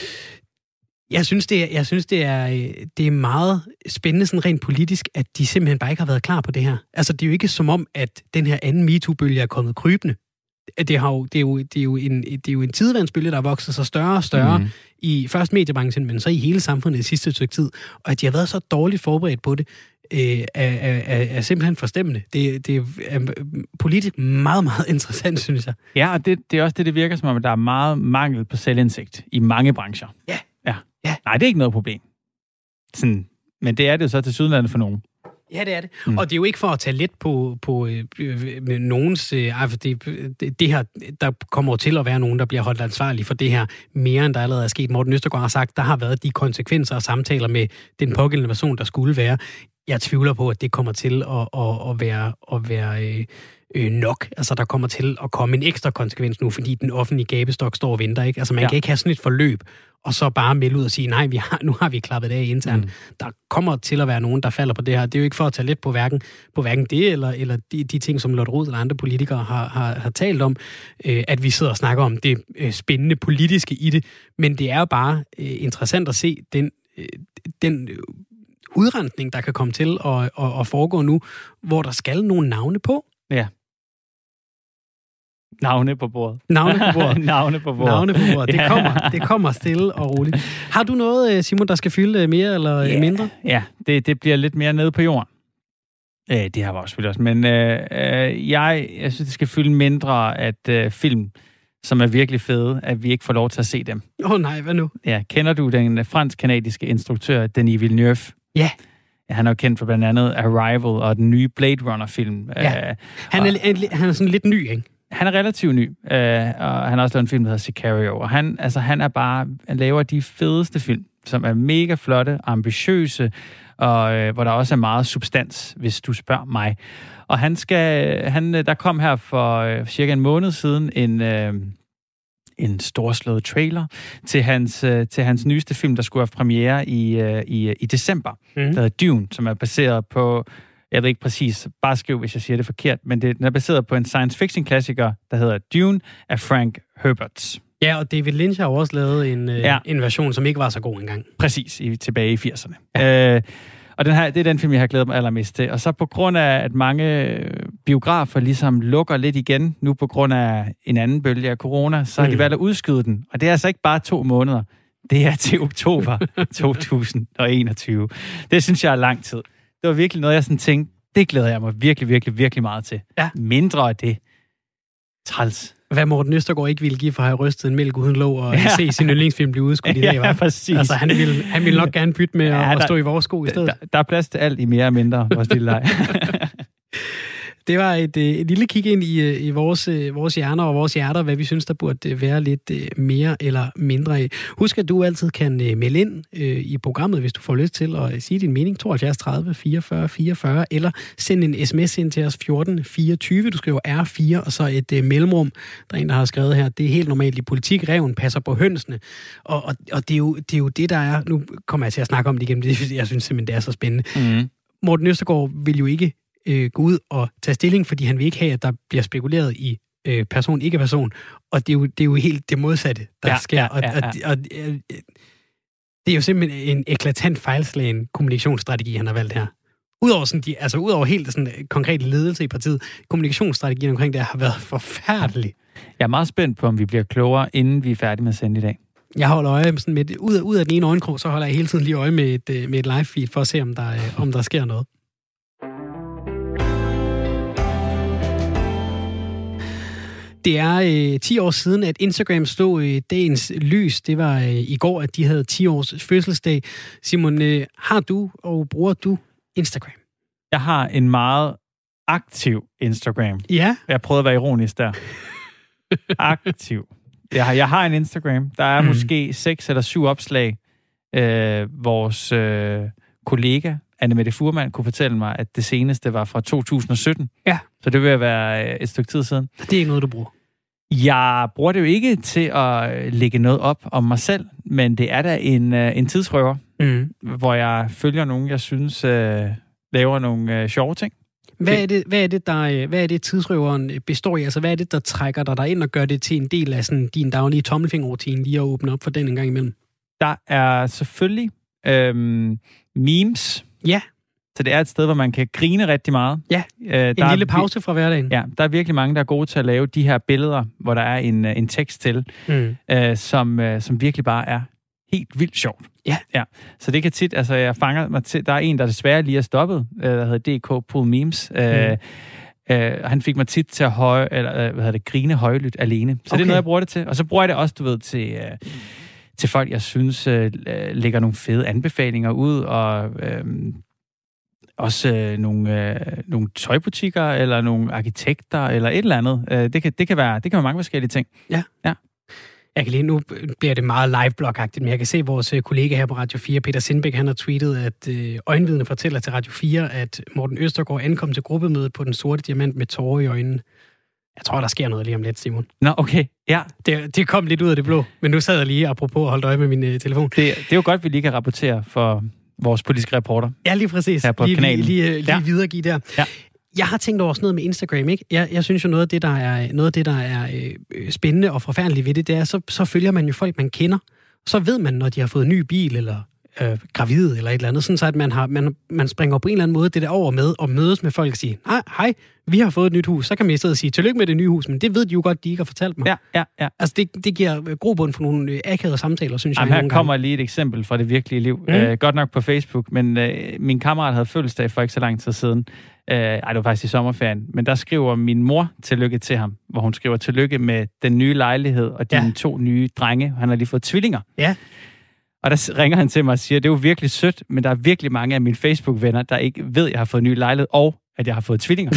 Jeg synes, det er, jeg synes det, er, det er meget spændende sådan rent politisk, at de simpelthen bare ikke har været klar på det her. Altså, det er jo ikke som om, at den her anden MeToo-bølge er kommet krybende. det, har jo, det, er jo, det, er jo en, det er jo en tidevandsbølge, der er vokset sig større og større mm. i først mediebranchen, men så i hele samfundet i sidste stykke tid. Og at de har været så dårligt forberedt på det, øh, er, er, er simpelthen forstemmende. Det, det er politisk meget, meget interessant, synes jeg. Ja, og det, det er også det, det virker som om, at der er meget mangel på selvindsigt i mange brancher. Ja. ja. ja. Nej, det er ikke noget problem. Sådan, men det er det jo så til sydenlandet for nogen. Ja, det er det. Mm. Og det er jo ikke for at tage let på, på øh, med nogens... Øh, altså det, det, det her, der kommer til at være nogen, der bliver holdt ansvarlig for det her, mere end der allerede er sket. Morten Østergaard har sagt, der har været de konsekvenser og samtaler med den pågældende person, der skulle være. Jeg tvivler på, at det kommer til at, at, at være, at være øh, øh, nok. Altså, der kommer til at komme en ekstra konsekvens nu, fordi den offentlige gabestok står og venter, ikke? Altså, man ja. kan ikke have sådan et forløb, og så bare melde ud og sige, nej, vi har, nu har vi klappet det af internt. Mm. Der kommer til at være nogen, der falder på det her. Det er jo ikke for at tage let på hverken, på hverken det, eller, eller de, de ting, som Lotte Rod eller andre politikere har, har, har talt om, øh, at vi sidder og snakker om det øh, spændende politiske i det. Men det er jo bare øh, interessant at se den, øh, den øh, udrensning, der kan komme til at, at, at foregå nu, hvor der skal nogle navne på. Ja. Navne på bordet. Navne på bordet. Navne på bordet. Navne på bordet. Det kommer, det kommer stille og roligt. Har du noget, Simon, der skal fylde mere eller yeah. mindre? Ja, det, det bliver lidt mere nede på jorden. Øh, det har vi også selvfølgelig også. Men øh, øh, jeg, jeg synes, det skal fylde mindre, at øh, film, som er virkelig fede, at vi ikke får lov til at se dem. Åh oh, nej, hvad nu? Ja, kender du den fransk-kanadiske instruktør, Denis Villeneuve? Ja. Ja, han er jo kendt for blandt andet Arrival og den nye Blade Runner-film. Ja. Øh, han, er, og, han er sådan lidt ny, ikke? Han er relativt ny, øh, og han har også lavet en film, der hedder Sicario. Og han, altså, han er bare, han laver de fedeste film, som er mega flotte, ambitiøse, og øh, hvor der også er meget substans, hvis du spørger mig. Og han skal, han, der kom her for øh, cirka en måned siden en, øh, en storslået trailer til hans, øh, til hans nyeste film, der skulle have premiere i, øh, i, i december, mm. der hedder Dune, som er baseret på... Jeg ved ikke præcis, bare skriv, hvis jeg siger det forkert, men det, den er baseret på en science fiction klassiker, der hedder Dune af Frank Herbert. Ja, og David Lynch har også lavet en, ja. en version, som ikke var så god engang. Præcis, i, tilbage i firserne. Ja. Øh, og den her, det er den film, jeg har glædet mig allermest til. Og så på grund af, at mange biografer ligesom lukker lidt igen, nu på grund af en anden bølge af corona, så har mm. de valgt at udskyde den. Og det er altså ikke bare to måneder. Det er til oktober to tusind og enogtyve. Det synes jeg er lang tid. Det var virkelig noget, jeg sådan tænkte, det glæder jeg mig virkelig, virkelig, virkelig meget til. Ja. Mindre af det. Træls. Hvad Morten Østergaard ikke ville give for at have rystet en mælk uden låg og ja. se sin yndlingsfilm blive udskudt i dag, var. Ja, præcis. Altså, han ville, han ville nok gerne bytte med ja, at, der, at stå i vores sko i stedet. Der, der er plads til alt i mere og mindre, vores lille leg. Det var et, et lille kig ind i, i vores, vores hjerner og vores hjerter, hvad vi synes, der burde være lidt mere eller mindre af. Husk, at du altid kan melde ind øh, i programmet, hvis du får lyst til at sige din mening, tooghalvfjerds tredive fireogfyrre fireogfyrre, eller send en sms ind til os fjorten fireogtyve. Du skriver R fire, og så et øh, mellemrum. Der er en, der har skrevet her, det er helt normalt i politik. Ræven passer på hønsene. Og, og, og det, er jo, det er jo det, der er... Nu kommer jeg til at snakke om det igen, det, jeg synes simpelthen, det er så spændende. Mm. Morten Østergaard vil jo ikke øh, gå ud og tage stilling, fordi han vil ikke have, at der bliver spekuleret i øh, person, ikke person. Og det er, jo, det er jo helt det modsatte, der ja, sker. Ja, ja, ja. Og, og, og øh, det er jo simpelthen en eklatant fejlslagen kommunikationsstrategi, han har valgt her. Udover, sådan de, altså, udover helt sådan konkret ledelse i partiet, kommunikationsstrategien omkring det har været forfærdelig. Jeg er meget spændt på, om vi bliver klogere, inden vi er færdige med at sende i dag. Jeg holder øje med, sådan med ud, af, ud af den ene øjenkrog, så holder jeg hele tiden lige øje med et, med et live feed, for at se, om der, om der sker noget. Det er øh, ti år siden, at Instagram stod i øh, dagens lys. Det var øh, i går, at de havde ti års fødselsdag. Simon, øh, har du og bruger du Instagram? Jeg har en meget aktiv Instagram. Ja? Jeg prøvede at være ironisk der. Aktiv. Jeg har, jeg har en Instagram. Der er mm. måske seks eller syv opslag. Øh, vores øh, kollega, Anne-Mette Fuhrmann, kunne fortælle mig, at det seneste var fra to tusind og sytten. Ja. Så det vil være et stykke tid siden. Det er ikke noget, du bruger? Jeg bruger det jo ikke til at lægge noget op om mig selv, men det er da en, en tidsrøver, mm. hvor jeg følger nogen, jeg synes øh, laver nogle øh, sjove ting. Hvad er det, hvad er det, der, hvad er det tidsrøveren består i? Altså, hvad er det, der trækker dig derind og gør det til en del af sådan, din daglige tommelfingerrutine, lige at åbne op for den en gang imellem? Der er selvfølgelig øhm, memes. Ja. Så det er et sted, hvor man kan grine rigtig meget. Ja, øh, der en lille pause fra hverdagen. Ja, der er virkelig mange, der er gode til at lave de her billeder, hvor der er en, en tekst til, mm. øh, som, øh, som virkelig bare er helt vildt sjovt. Ja. ja. Så det kan tit, altså jeg fanger mig til, der er en, der desværre lige er stoppet, øh, der hedder D K Pool Memes. Øh, mm. øh, han fik mig tit til at høje, eller, hvad hedder det, grine højlydt alene. Så okay. det er noget, jeg bruger det til. Og så bruger jeg det også, du ved, til... Øh, til folk, jeg synes, øh, lægger nogle fede anbefalinger ud, og øh, også øh, nogle, øh, nogle tøjbutikker, eller nogle arkitekter, eller et eller andet. Øh, det, kan, det, kan være, det kan være mange forskellige ting. Ja. ja. Jeg kan lige, nu bliver det meget live-blog-agtigt, men jeg kan se vores kollega her på Radio fire, Peter Sindbæk, han har tweetet, at øh, øjenvidne fortæller til Radio fire, at Morten Østergaard ankom til gruppemødet på Den Sorte Diamant med tårer i øjnene. Jeg tror, der sker noget lige om lidt, Simon. Nå, okay. Ja. Det, det kom lidt ud af det blå, men nu sad jeg lige, apropos, og holdt øje med min uh, telefon. Det, det er jo godt, vi lige kan rapportere for vores politiske reporter. Ja, lige præcis. Her på lige, kanalen. Lige, lige, lige ja. videregive der. Ja. Jeg har tænkt over sådan noget med Instagram, ikke? Jeg, jeg synes jo, noget af det, der er, noget af det, der er øh, spændende og forfærdeligt ved det, det er, så, så følger man jo folk, man kender. Så ved man, når de har fået en ny bil, eller øh, gravid, eller et eller andet, sådan så at man, har, man, man springer på en eller anden måde det der over med, og mødes med folk og sige, nej, hej, vi har fået et nyt hus. Så kan man i stedet sige, tillykke med det nye hus, men det ved de jo godt, de ikke har fortalt mig. Ja, ja, ja. Altså, det, det giver grobund for nogle akavede samtaler, synes Jamen, jeg. Her kommer lige et eksempel fra det virkelige liv. Mm. Uh, godt nok på Facebook, men uh, min kammerat havde fødselsdag for ikke så lang tid siden. Uh, ej, det var faktisk i sommerferien. Men der skriver min mor tillykke til ham, hvor hun skriver tillykke med den nye lejlighed og dine ja. to nye drenge. Han har lige fået tvillinger. Ja. Og der ringer han til mig og siger, det er jo virkelig sødt, men der er virkelig mange af mine Facebook-venner, der ikke ved, at jeg har fået en ny lejlighed, og at jeg har fået tvillinger.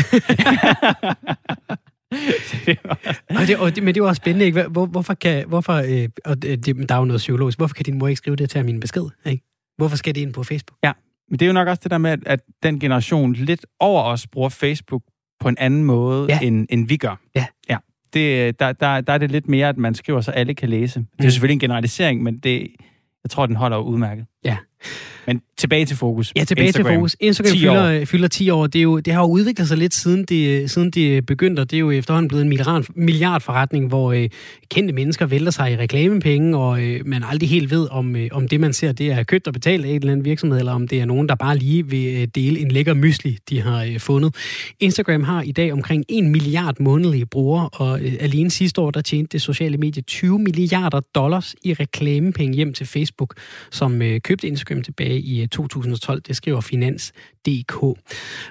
det var... og det, og det, men det er jo også spændende, ikke? Hvor, hvorfor kan, hvorfor, øh, og det, der er jo noget psykologisk, hvorfor kan din mor ikke skrive det til min besked? Ikke? Hvorfor skal det ind på Facebook? Ja, men det er jo nok også det der med, at den generation lidt over os bruger Facebook på en anden måde, ja. end, end vi gør. Ja. ja. Det, der, der, der er det lidt mere, at man skriver, så alle kan læse. Det er mm. selvfølgelig en generalisering, men det... Jeg tror, den holder udmærket. Ja. Men tilbage til fokus. Ja, tilbage Instagram. til fokus. Instagram ti fylder, fylder ti år. Det, er jo, det har jo udviklet sig lidt siden det, siden det begyndte. Det er jo efterhånden blevet en milliard, milliardforretning, hvor øh, kendte mennesker vælter sig i reklamepenge, og øh, man aldrig helt ved, om, øh, om det, man ser, det er købt og betalt af en eller anden virksomhed, eller om det er nogen, der bare lige vil øh, dele en lækker mysli, de har øh, fundet. Instagram har i dag omkring en milliard månedlige brugere, og øh, alene sidste år, der tjente det sociale medie tyve milliarder dollars i reklamepenge hjem til Facebook, som øh, købte Instagram tilbage i to tusind og tolv. Det skriver Finans punktum d k.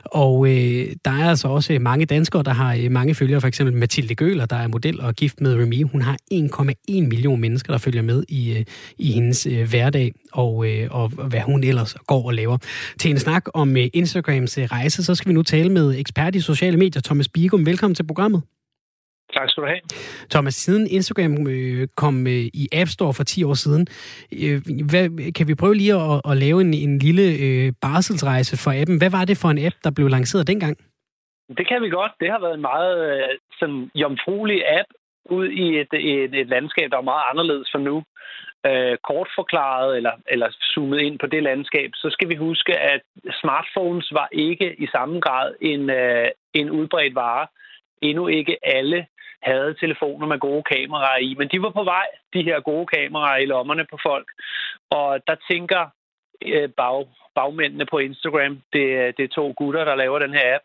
Og øh, der er altså også mange danskere, der har øh, mange følgere. For eksempel Mathilde Gøler, der er model og gift med Remy. Hun har en komma en million mennesker, der følger med i, øh, i hendes øh, hverdag, og, øh, og hvad hun ellers går og laver. Til en snak om øh, Instagrams øh, rejse, så skal vi nu tale med ekspert i sociale medier, Thomas Bigum. Velkommen til programmet. Tak skal du have. Thomas, siden Instagram øh, kom øh, i App Store for ti år siden, øh, hvad, kan vi prøve lige at, at lave en, en lille øh, barselsrejse for appen? Hvad var det for en app, der blev lanceret dengang? Det kan vi godt. Det har været en meget øh, sådan, jomfruelig app ud i et, et, et landskab, der er meget anderledes for nu. Øh, kort forklaret eller, eller zoomet ind på det landskab, så skal vi huske, at smartphones var ikke i samme grad en, øh, en udbredt vare. Endnu ikke alle havde telefoner med gode kameraer i, men de var på vej, de her gode kameraer i lommerne på folk. Og der tænker øh, bag, bagmændene på Instagram, det, det er to gutter, der laver den her app,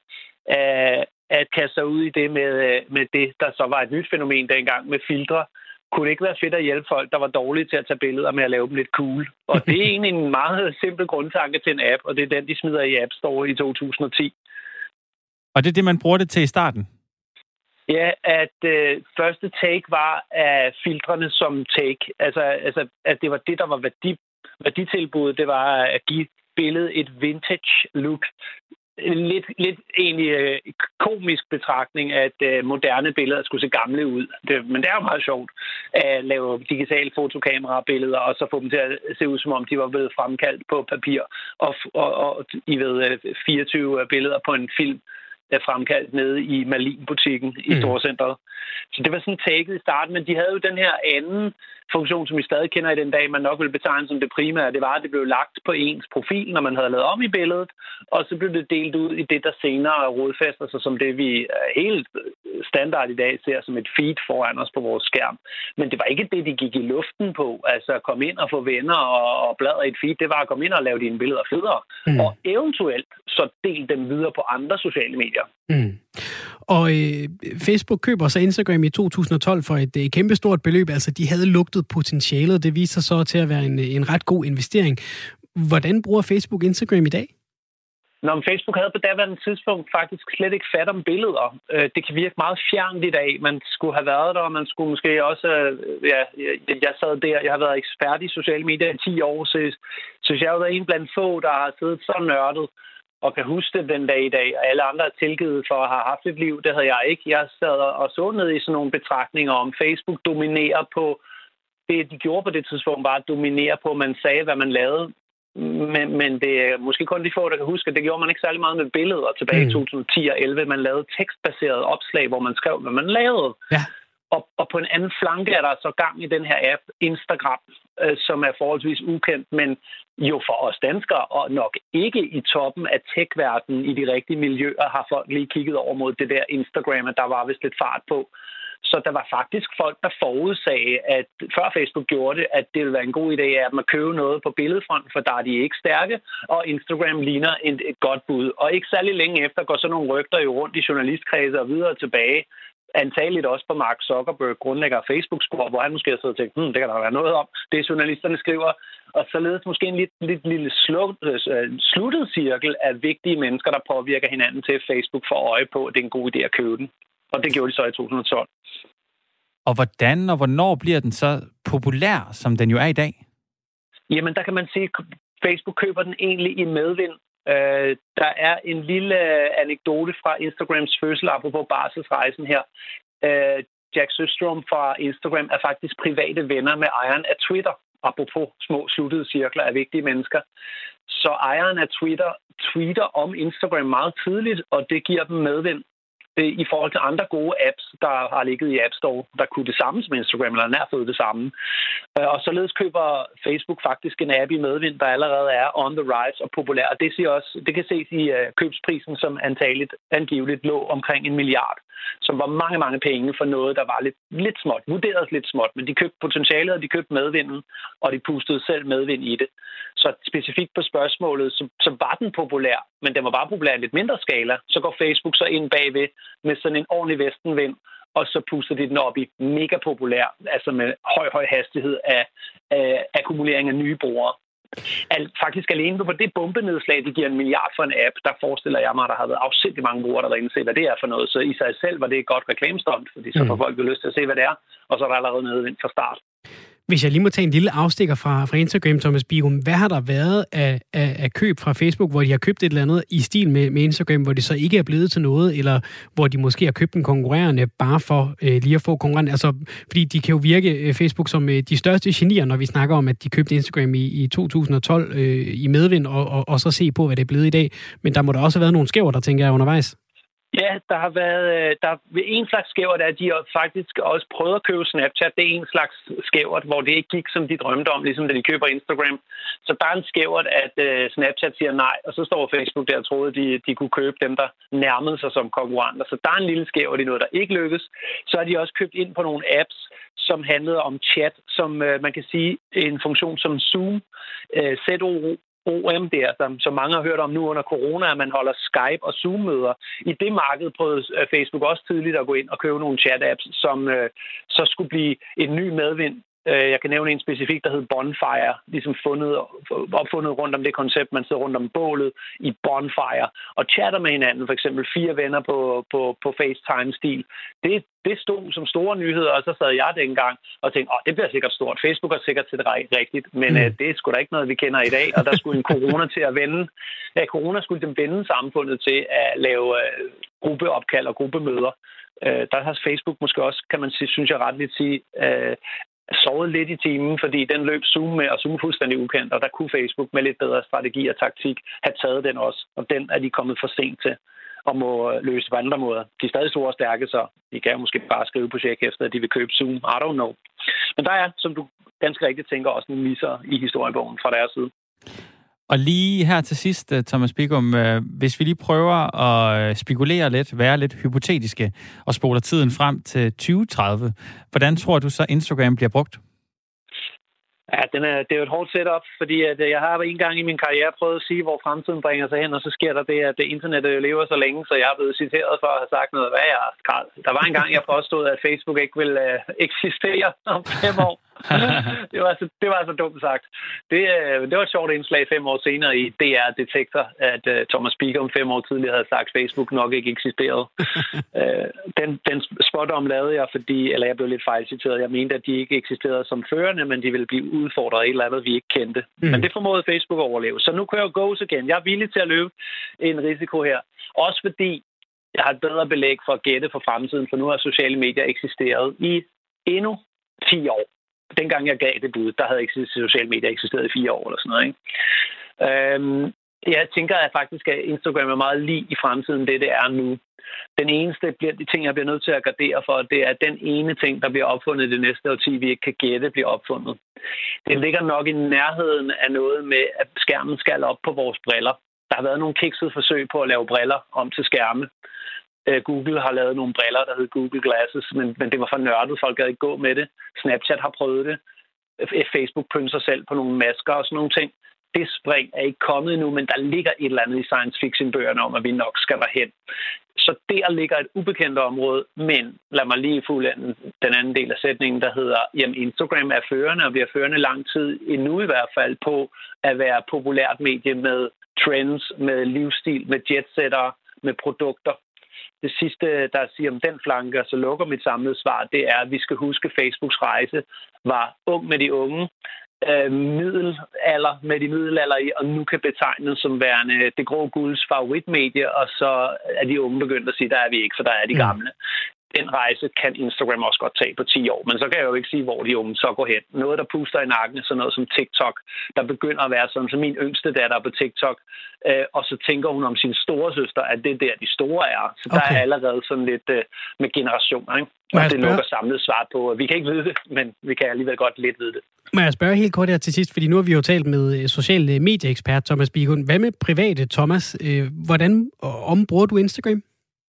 øh, at kaste sig ud i det med, med det, der så var et nyt fænomen dengang med filtre. Kunne det ikke være fedt at hjælpe folk, der var dårlige til at tage billeder med at lave dem lidt cool? Og det er egentlig en meget simpel grundtanke til en app, og det er den, de smider i App Store i to tusind og ti. Og det er det, man bruger det til i starten? Ja, at øh, første take var af filtrene som take. Altså, altså, at det var det, der var værdi, værditilbuddet. Det var at give billedet et vintage look. En lidt, lidt egentlig øh, komisk betragtning, at øh, moderne billeder skulle se gamle ud. Det, men det er jo meget sjovt at lave digitale fotokamera-billeder, og så få dem til at se ud, som om de var blevet fremkaldt på papir. Og, og, og I ved, fireogtyve billeder på en film fremkaldt nede i Merlin-butikken i Storcenteret. Så det var sådan taget i starten, men de havde jo den her anden funktion, som vi stadig kender i den dag, man nok vil betegne som det primære, det var, at det blev lagt på ens profil, når man havde lavet om i billedet, og så blev det delt ud i det, der senere rodfæster sig som det, vi helt standard i dag ser som et feed foran os på vores skærm. Men det var ikke det, de gik i luften på. Altså at komme ind og få venner og, og bladre i et feed, det var at komme ind og lave dine billeder federe. Mm. Og eventuelt så del dem videre på andre sociale medier. Mm. Og øh, Facebook køber så Instagram i to tusind og tolv for et øh, kæmpestort beløb. Altså, de havde lugtet potentialet. Det viser sig så til at være en, en ret god investering. Hvordan bruger Facebook Instagram i dag? Når Facebook havde på daværende tidspunkt faktisk slet ikke fat om billeder. Det kan virke meget fjernt i dag. Man skulle have været der, og man skulle måske også... Ja, jeg sad der, jeg har været ekspert i sociale medier i ti år, så, så jeg har været en blandt få, der har siddet så nørdet og kan huske det den dag i dag, og alle andre er tilgivet for at have haft et liv. Det havde jeg ikke. Jeg sad og så ned i sådan nogle betragtninger om, Facebook dominerer på... Det, de gjorde på det tidspunkt, var at dominere på, at man sagde, hvad man lavede. Men, men det er måske kun de få, der kan huske, at det gjorde man ikke særlig meget med billeder tilbage mm. i to tusind og ti og elleve. Man lavede tekstbaserede opslag, hvor man skrev, hvad man lavede. Ja. Og, og på en anden flanke er der så gang i den her app, Instagram, øh, som er forholdsvis ukendt, men jo for os danskere, og nok ikke i toppen af tech-verdenen i de rigtige miljøer, har folk lige kigget over mod det der Instagram, at der var vist lidt fart på. Så der var faktisk folk, der forudsagde, at før Facebook gjorde det, at det ville være en god idé at man købe noget på billedfronten, for der er de ikke stærke, og Instagram ligner et, et godt bud. Og ikke særlig længe efter går sådan nogle rygter jo rundt i journalistkredse og videre tilbage. Antageligt også på Mark Zuckerberg, grundlægger af Facebook-spor, hvor han måske har siddet og tænkt, hm, det kan der være noget om, det journalisterne skriver. Og således måske en lidt, lidt lille slut, uh, sluttet cirkel af vigtige mennesker, der påvirker hinanden til Facebook for øje på, at det er en god idé at købe den. Og det gjorde de så i to tusind og tolv. Og hvordan og hvornår bliver den så populær, som den jo er i dag? Jamen, der kan man sige, at Facebook køber den egentlig i medvind. Uh, der er en lille anekdote fra Instagrams fødsel, apropos barselsrejsen her. Uh, Jack Systrom fra Instagram er faktisk private venner med ejeren af Twitter, apropos små sluttede cirkler af vigtige mennesker. Så ejeren af Twitter tweeter om Instagram meget tidligt, og det giver dem medvind i forhold til andre gode apps, der har ligget i App Store, der kunne det samme som Instagram, eller nær fået det samme. Og således køber Facebook faktisk en app i medvind, der allerede er on the rise og populær. Og det, siger også, det kan ses i købsprisen, som antageligt, angiveligt lå omkring en milliard, som var mange, mange penge for noget, der var lidt, lidt småt, vurderes lidt småt, men de købte potentialet, og de købte medvinden, og de pustede selv medvind i det. Så specifikt på spørgsmålet, så, så var den populær, men den var bare populær i lidt mindre skala. Så går Facebook så ind bagved med sådan en ordentlig vestenvind, og så puster de den op i mega populær, altså med høj, høj hastighed af, af akkumulering af nye brugere. Al, faktisk alene på det bombenedslag, det giver en milliard for en app, der forestiller jeg mig, at der har været afsindig mange brugere, der har indset, hvad det er for noget. Så i sig selv var det et godt reklamestunt, fordi så får folk jo lyst til at se, hvad det er, og så er der allerede nedvind fra start. Hvis jeg lige må tage en lille afstikker fra, fra Instagram, Thomas Bigum, hvad har der været af, af, af køb fra Facebook, hvor de har købt et eller andet i stil med, med Instagram, hvor det så ikke er blevet til noget, eller hvor de måske har købt en konkurrerende bare for øh, lige at få konkurrent? Altså, fordi de kan jo virke øh, Facebook som øh, de største genier, når vi snakker om, at de købte Instagram i, i to tusind og tolv øh, i medvind, og, og, og så se på, hvad det er blevet i dag. Men der må der også have været nogle skæver, der tænker jeg undervejs. Ja, der har været der ved en slags skævert, at de faktisk også prøvede at købe Snapchat. Det er en slags skævert, hvor det ikke gik, som de drømte om, ligesom da de køber Instagram. Så der er en skævert, at uh, Snapchat siger nej, og så står Facebook der og troede, at de, de kunne købe dem, der nærmede sig som konkurrenter. Så der er en lille skævert i noget, der ikke lykkes. Så har de også købt ind på nogle apps, som handlede om chat, som uh, man kan sige en funktion som Zoom, uh, Z O O M der, som, som mange har hørt om nu under corona, at man holder Skype og Zoom-møder. I det marked prøvede Facebook også tidligt at gå ind og købe nogle chat-apps, som øh, så skulle blive en ny medvind. Jeg kan nævne en specifik, der hed Bonfire, ligesom fundet, opfundet rundt om det koncept, man sidder rundt om bålet i Bonfire og chatter med hinanden, for eksempel fire venner på, på, på FaceTime-stil. Det, det stod som store nyheder, og så sad jeg dengang og tænkte, åh, det bliver sikkert stort. Facebook har sikkert til det rigtigt, men mm. uh, det er sgu da ikke noget, vi kender i dag, og der skulle en corona til at vende. Ja, corona skulle dem vende samfundet til at lave uh, gruppeopkald og gruppemøder. Uh, der har Facebook måske også, kan man sige, synes jeg retligt sige, uh, sovet lidt i timen, fordi den løb Zoom med, og Zoom fuldstændig ukendt, og der kunne Facebook med lidt bedre strategi og taktik have taget den også, og den er de kommet for sent til, og må løse på andre måder. De er stadig store og stærke, så de kan måske bare skrive på checkhæftet, at de vil købe Zoom. I don't know. Men der er, som du ganske rigtigt tænker også nogle misser i historiebogen fra deres side. Og lige her til sidst, Thomas Bigum, hvis vi lige prøver at spekulere lidt, være lidt hypotetiske og spoler tiden frem til tyve tredive, hvordan tror du så Instagram bliver brugt? Ja, den er, det er jo et hårdt setup, fordi at jeg har en gang i min karriere prøvet at sige, hvor fremtiden bringer sig hen, og så sker der det, at det internettet lever så længe, så jeg er blevet citeret for at have sagt noget, hvad jeg har skrald. Der var en gang, jeg påstod, at Facebook ikke ville uh, eksistere om fem år. det, var så, det var så dumt sagt. Det, uh, det var et sjovt indslag fem år senere i D R Detektor, at uh, Thomas Bigum fem år tidligere havde sagt, at Facebook nok ikke eksisterede. uh, den, den spådom lavede jeg, fordi, eller jeg blev lidt fejlciteret. Jeg mente, at de ikke eksisterede som førende, men de ville blive udfordret af et eller andet, vi ikke kendte. Mm. Men det formåede Facebook at overleve. Så nu kører jeg goes igen. Jeg er villig til at løbe en risiko her. Også fordi jeg har et bedre belæg for at gætte for fremtiden, for nu har sociale medier eksisteret i endnu ti år. Dengang jeg gav det bud, der havde ikke sociale medier eksisteret i fire år eller sådan noget. Ikke? Øhm, jeg tænker at faktisk, at Instagram er meget lig i fremtiden, det det er nu. Den eneste bliver, de ting, jeg bliver nødt til at gardere for, det er den ene ting, der bliver opfundet det næste årti, vi ikke kan gætte, bliver opfundet. Det ligger nok i nærheden af noget med, at skærmen skal op på vores briller. Der har været nogle kiksede forsøg på at lave briller om til skærme. Google har lavet nogle briller, der hedder Google Glasses, men, men det var for nørdet. Folk gad ikke gå med det. Snapchat har prøvet det. Facebook pynser sig selv på nogle masker og sådan nogle ting. Det spring er ikke kommet endnu, men der ligger et eller andet i science fiction-bøgerne om, at vi nok skal derhen. Så der ligger et ubekendt område, men lad mig lige fuldende den anden del af sætningen, der hedder, jamen Instagram er førende, og bliver førende lang tid endnu i hvert fald på at være populært medie med trends, med livsstil, med jetsetter, med produkter. Det sidste, der siger om den flanke, og så lukker mit samlede svar, det er, at vi skal huske, at Facebooks rejse var ung med de unge, øh, middelalder med de middelalderige, og nu kan betegnes som værende det grå gulds favoritmedie, og så er de unge begyndt at sige, der er vi ikke, for der er de gamle. Den rejse kan Instagram også godt tage på ti år, men så kan jeg jo ikke sige, hvor de unge så går hen. Noget, der puster i nakken, sådan noget som TikTok, der begynder at være sådan, som min yngste datter på TikTok, øh, og så tænker hun om sin store søster, at det er der, de store er. Så okay. Der er allerede sådan lidt øh, med generationer, ikke? Og det er nok samlet svar på. Vi kan ikke vide det, men vi kan alligevel godt lidt vide det. Må jeg spørge helt kort her til sidst, fordi nu har vi jo talt med social medieekspert Thomas Bigum. Hvad med private, Thomas? Hvordan om bruger du Instagram?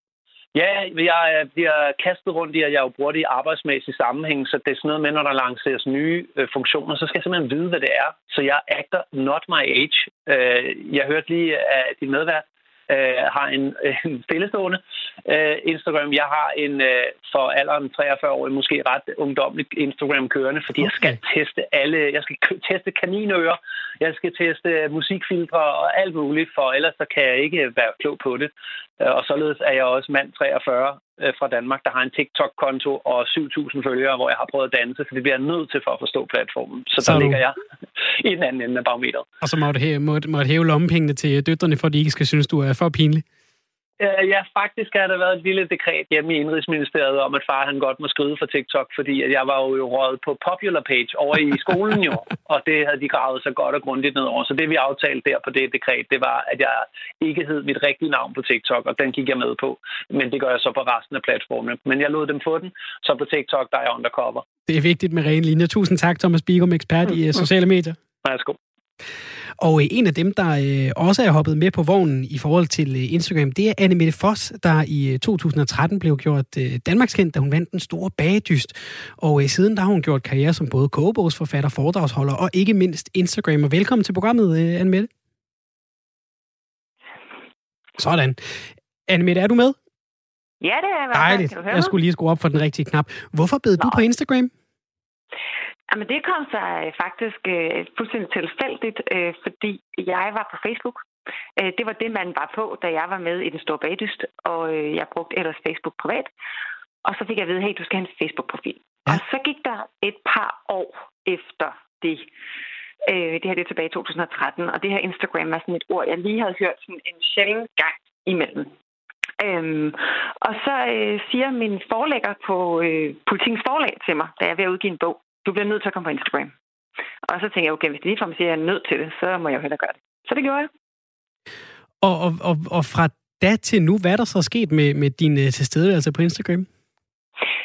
Ja, jeg bliver kastet rundt i, at jeg jo bruger det i arbejdsmæssig sammenhæng, så det er sådan noget med, når der lanceres nye øh, funktioner, så skal jeg simpelthen vide, hvad det er. Så jeg acter not my age. Øh, jeg hørte lige, at din medvært øh, har en, en stillestående øh, Instagram. Jeg har en øh, for alderen treogfyrre år, måske ret ungdomlig Instagram kørende, fordi okay. jeg skal teste alle, jeg skal teste kaninører, jeg skal teste musikfiltre og alt muligt, for ellers så kan jeg ikke være klog på det. Og således er jeg også mand treogfyrre fra Danmark, der har en TikTok-konto og syv tusind følgere, hvor jeg har prøvet at danse, for det bliver jeg nødt til for at forstå platformen. Så, så der du... ligger jeg i den anden ende af barometeret. Og så måtte hæve, må, må hæve lommepengene til døtrene, for de ikke skal synes, du er for pinlig. Ja, faktisk har der været et lille dekret hjemme i Indrigsministeriet om, at far han godt må skrive for TikTok, fordi jeg var jo røget på popular page over i skolen jo, og det havde de gravet så godt og grundigt nedover. Så det vi aftalte der på det dekret, det var, at jeg ikke hed mit rigtige navn på TikTok, og den gik jeg med på. Men det gør jeg så på resten af platformene. Men jeg lod dem få den, så på TikTok der er jeg undercover. Det er vigtigt med rene linjer. Tusind tak, Thomas Bigum, ekspert mm. i sociale medier. Værsgo. Og en af dem, der øh, også er hoppet med på vognen i forhold til øh, Instagram, det er Anne-Mette Foss, der i øh, to tusind og tretten blev gjort øh, danmarkskendt, da hun vandt den store bagedyst. Og øh, siden der har hun gjort karriere som både kogebogsforfatter, foredragsholder og ikke mindst Instagram. Og velkommen til programmet, øh, Anne-Mette. Sådan. Anne-Mette, er du med? Ja, det er jeg. Dejligt. Jeg skulle lige skrue op for den rigtige knap. Hvorfor bed du på Instagram? Jamen, det kom sig faktisk øh, fuldstændig tilfældigt, øh, fordi jeg var på Facebook. Øh, det var det, man var på, da jeg var med i den store bagdyst, og øh, jeg brugte ellers Facebook privat. Og så fik jeg at vide, hey, du skal have en Facebook-profil. Ja. Og så gik der et par år efter det. Øh, det her det er tilbage i to tusind og tretten, og det her Instagram var sådan et ord, jeg lige havde hørt sådan en sjælden gang imellem. Øhm, og så øh, siger min forlægger på øh, Politikens Forlag til mig, da jeg er ved at udgive en bog, du bliver nødt til at komme på Instagram. Og så tænker jeg, okay, hvis det lige for mig siger, at jeg er nødt til det, så må jeg jo hellere gøre det. Så det gjorde jeg. Og, og, og, og fra da til nu, hvad er der så sket med, med din uh, tilstedeværelse på Instagram?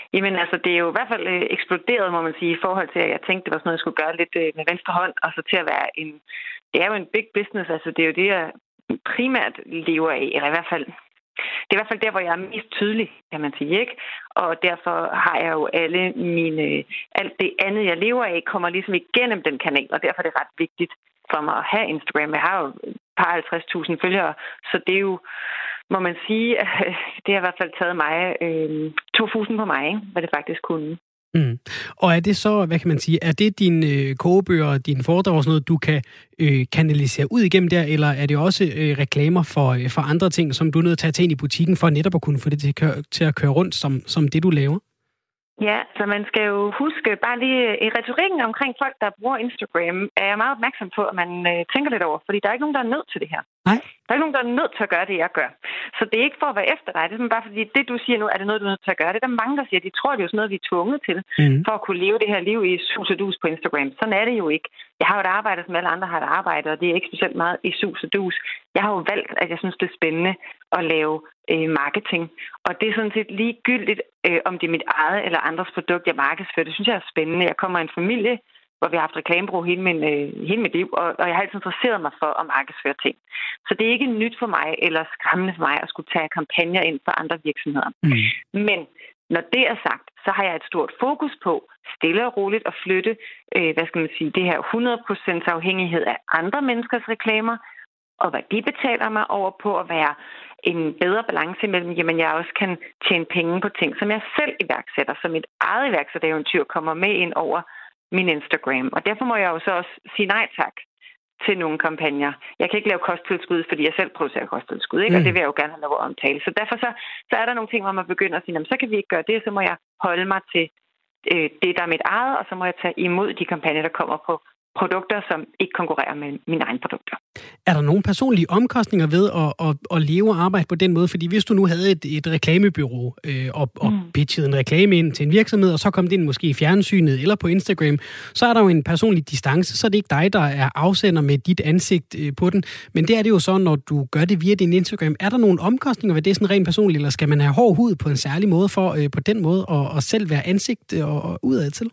Jamen altså, det er jo i hvert fald øh, eksploderet, må man sige, i forhold til, at jeg tænkte, det var sådan noget, jeg skulle gøre lidt øh, med venstre hånd, og så til at være en... Det er jo en big business, altså det er jo det, jeg primært lever af, eller i hvert fald... Det er i hvert fald der, hvor jeg er mest tydelig, kan man sige, ikke? Og derfor har jeg jo alle mine... Alt det andet, jeg lever af, kommer ligesom igennem den kanal, og derfor er det ret vigtigt for mig at have Instagram. Jeg har jo et par halvtreds tusind følgere, så det er jo... Må man sige, det har i hvert fald taget mig øh, to tusind på mig, ikke? Hvad det faktisk kunne. Mm. Og er det så, hvad kan man sige, er det dine øh, kogebøger og dine foredrag og sådan noget, du kan øh, kanalisere ud igennem der, eller er det også øh, reklamer for, øh, for andre ting, som du er nødt til at tage ind i butikken for netop at kunne få det til at køre, til at køre rundt som, som det, du laver? Ja, så man skal jo huske, bare lige i retorikken omkring folk, der bruger Instagram, er jeg meget opmærksom på, at man øh, tænker lidt over, fordi der er ikke nogen, der er nødt til det her. Nej. Der er ikke nogen, der er nødt til at gøre det, jeg gør. Så det er ikke for at være efter dig, det er sådan bare fordi, det du siger nu, er det noget, du er nødt til at gøre. Det er der mange, der siger, de tror, det er jo sådan noget, vi er tvunget til, mm. for at kunne leve det her liv i sus og dus på Instagram. Sådan er det jo ikke. Jeg har jo et arbejde, som alle andre har et arbejde, og det er ikke specielt meget i sus og dus. Jeg har jo valgt, at jeg synes, det er spændende at lave øh, marketing. Og det er sådan set ligegyldigt, øh, om det er mit eget eller andres produkt, jeg markedsfører. Det synes jeg er spændende. Jeg kommer af en familie, hvor vi har haft reklamebureau hele, min, øh, hele mit liv, og, og jeg har altid interesseret mig for at markedsføre ting. Så det er ikke nyt for mig, eller skræmmende for mig, at skulle tage kampagner ind for andre virksomheder. Mm. Men når det er sagt, så har jeg et stort fokus på stille og roligt at flytte, øh, hvad skal man sige, det her hundrede procent afhængighed af andre menneskers reklamer, og hvad de betaler mig over på at være en bedre balance mellem, jamen jeg også kan tjene penge på ting, som jeg selv iværksætter, så mit eget iværksættereventyr kommer med ind over min Instagram. Og derfor må jeg jo så også sige nej tak til nogle kampagner. Jeg kan ikke lave kosttilskud, fordi jeg selv producerer kosttilskud, ikke? Mm. Og det vil jeg jo gerne have lov at omtale. Så derfor så, så er der nogle ting, hvor man begynder at sige, så kan vi ikke gøre det, så må jeg holde mig til øh, det, der er mit eget, og så må jeg tage imod de kampagner, der kommer på produkter, som ikke konkurrerer med mine egne produkter. Er der nogle personlige omkostninger ved at, at, at leve og arbejde på den måde? Fordi hvis du nu havde et, et reklamebureau øh, og, og mm. pitchede en reklame ind til en virksomhed, og så kom det ind måske i fjernsynet eller på Instagram, så er der jo en personlig distance, så er det ikke dig, der er afsender med dit ansigt øh, på den. Men det er det jo så, når du gør det via din Instagram. Er der nogle omkostninger ved det sådan rent personligt, eller skal man have hård hud på en særlig måde for øh, på den måde at, at selv være ansigt og, og udad til?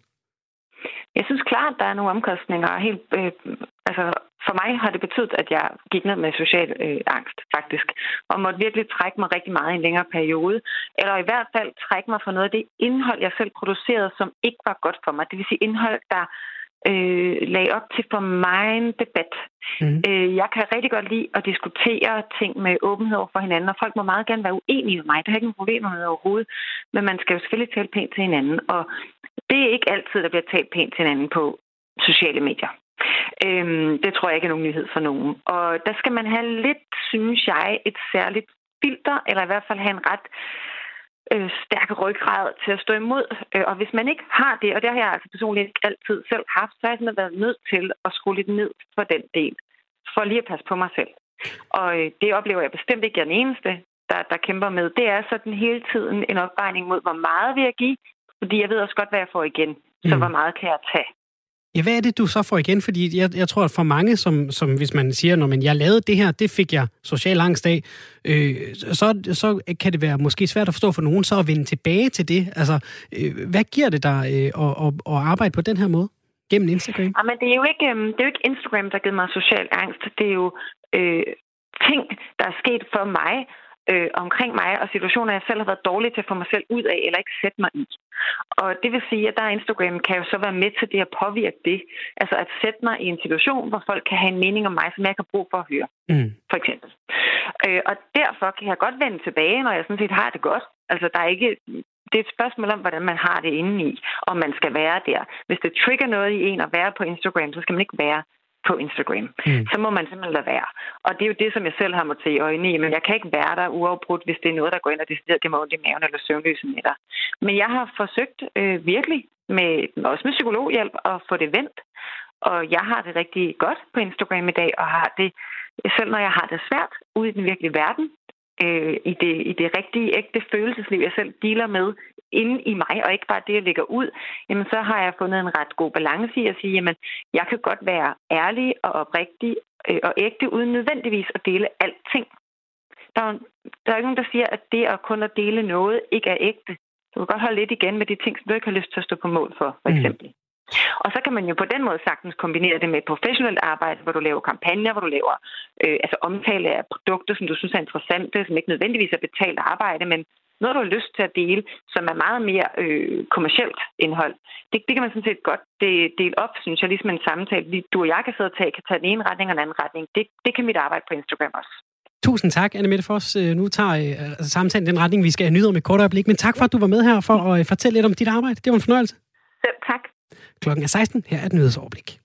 Jeg synes klart, at der er nogle omkostninger. Helt, øh, altså for mig har det betydet, at jeg gik ned med social øh, angst, faktisk. Og måtte virkelig trække mig rigtig meget i en længere periode. Eller i hvert fald trække mig fra noget af det indhold, jeg selv producerede, som ikke var godt for mig. Det vil sige indhold, der øh, lagde op til for mig en debat. Mm. Øh, jeg kan rigtig godt lide at diskutere ting med åbenhed over for hinanden, og folk må meget gerne være uenige med mig. Det har ikke nogen problemer med overhovedet. Men man skal jo selvfølgelig tale pænt til hinanden, og det er ikke altid, der bliver talt pænt til hinanden på sociale medier. Øhm, det tror jeg ikke er nogen nyhed for nogen. Og der skal man have lidt, synes jeg, et særligt filter, eller i hvert fald have en ret øh, stærk ryggrad til at stå imod. Øh, og hvis man ikke har det, og det har jeg altså personligt ikke altid selv haft, så har jeg simpelthen været nødt til at skrue lidt ned for den del, for lige at passe på mig selv. Og øh, det oplever jeg bestemt ikke, jeg er den eneste, der, der kæmper med. Det er sådan hele tiden en opvejning mod, hvor meget vil jeg give, fordi jeg ved også godt, hvad jeg får igen. Så mm. hvor meget kan jeg tage? Ja, hvad er det, du så får igen? Fordi jeg, jeg tror, at for mange, som, som hvis man siger, når man, jeg lavede det her, det fik jeg social angst af, øh, så, så kan det være måske svært at forstå for nogen, så at vende tilbage til det. Altså, øh, hvad giver det dig øh, at, at, at arbejde på den her måde gennem Instagram? Ja, men det er jo ikke, øh, det er jo ikke Instagram, der giver mig social angst. Det er jo øh, ting, der er sket for mig, Øh, omkring mig, og situationer, jeg selv har været dårlig til at få mig selv ud af, eller ikke sætte mig i. Og det vil sige, at der Instagram kan jo så være med til det at påvirke det. Altså at sætte mig i en situation, hvor folk kan have en mening om mig, som jeg kan bruge for at høre. Mm. For eksempel. Øh, og derfor kan jeg godt vende tilbage, når jeg sådan set har det godt. Altså der er ikke... Det er et spørgsmål om, hvordan man har det indeni, om man skal være der. Hvis det trigger noget i en at være på Instagram, så skal man ikke være på Instagram. Mm. Så må man simpelthen lade være. Og det er jo det, som jeg selv har måttet se i øjnene i, men jeg kan ikke være der uafbrudt, hvis det er noget, der går ind og det giver mig ondt i maven eller søvnløse nætter. Men jeg har forsøgt øh, virkelig, med, også med psykologhjælp, at få det vendt. Og jeg har det rigtig godt på Instagram i dag, og har det, selv når jeg har det svært ude i den virkelige verden, øh, i, det, i det rigtige, ægte følelsesliv, jeg selv dealer med inde i mig, og ikke bare det, jeg lægger ud, jamen så har jeg fundet en ret god balance i at sige, jamen jeg kan godt være ærlig og oprigtig øh, og ægte, uden nødvendigvis at dele alting. Der er, der er ikke nogen, der siger, at det at kun at dele noget ikke er ægte. Du kan godt holde lidt igen med de ting, som du ikke har lyst til at stå på mål for, for eksempel. Mm. Og så kan man jo på den måde sagtens kombinere det med professionelt arbejde, hvor du laver kampagner, hvor du laver øh, altså omtale af produkter, som du synes er interessante, som ikke nødvendigvis er betalt arbejde, men noget, du har lyst til at dele, som er meget mere øh, kommercielt indhold. Det, det kan man sådan set godt dele op, synes jeg, ligesom en samtale. Du og jeg kan sidde og tage, kan tage den ene retning og den anden retning. Det, det kan mit arbejde på Instagram også. Tusind tak, Annemette Foss. Nu tager øh, samtalen den retning, vi skal have nyheder om et kort øjeblik. Men tak for, at du var med her for at fortælle lidt om dit arbejde. Det var en fornøjelse. Selv tak. Klokken er seksten. Her er et nyhedsoverblik.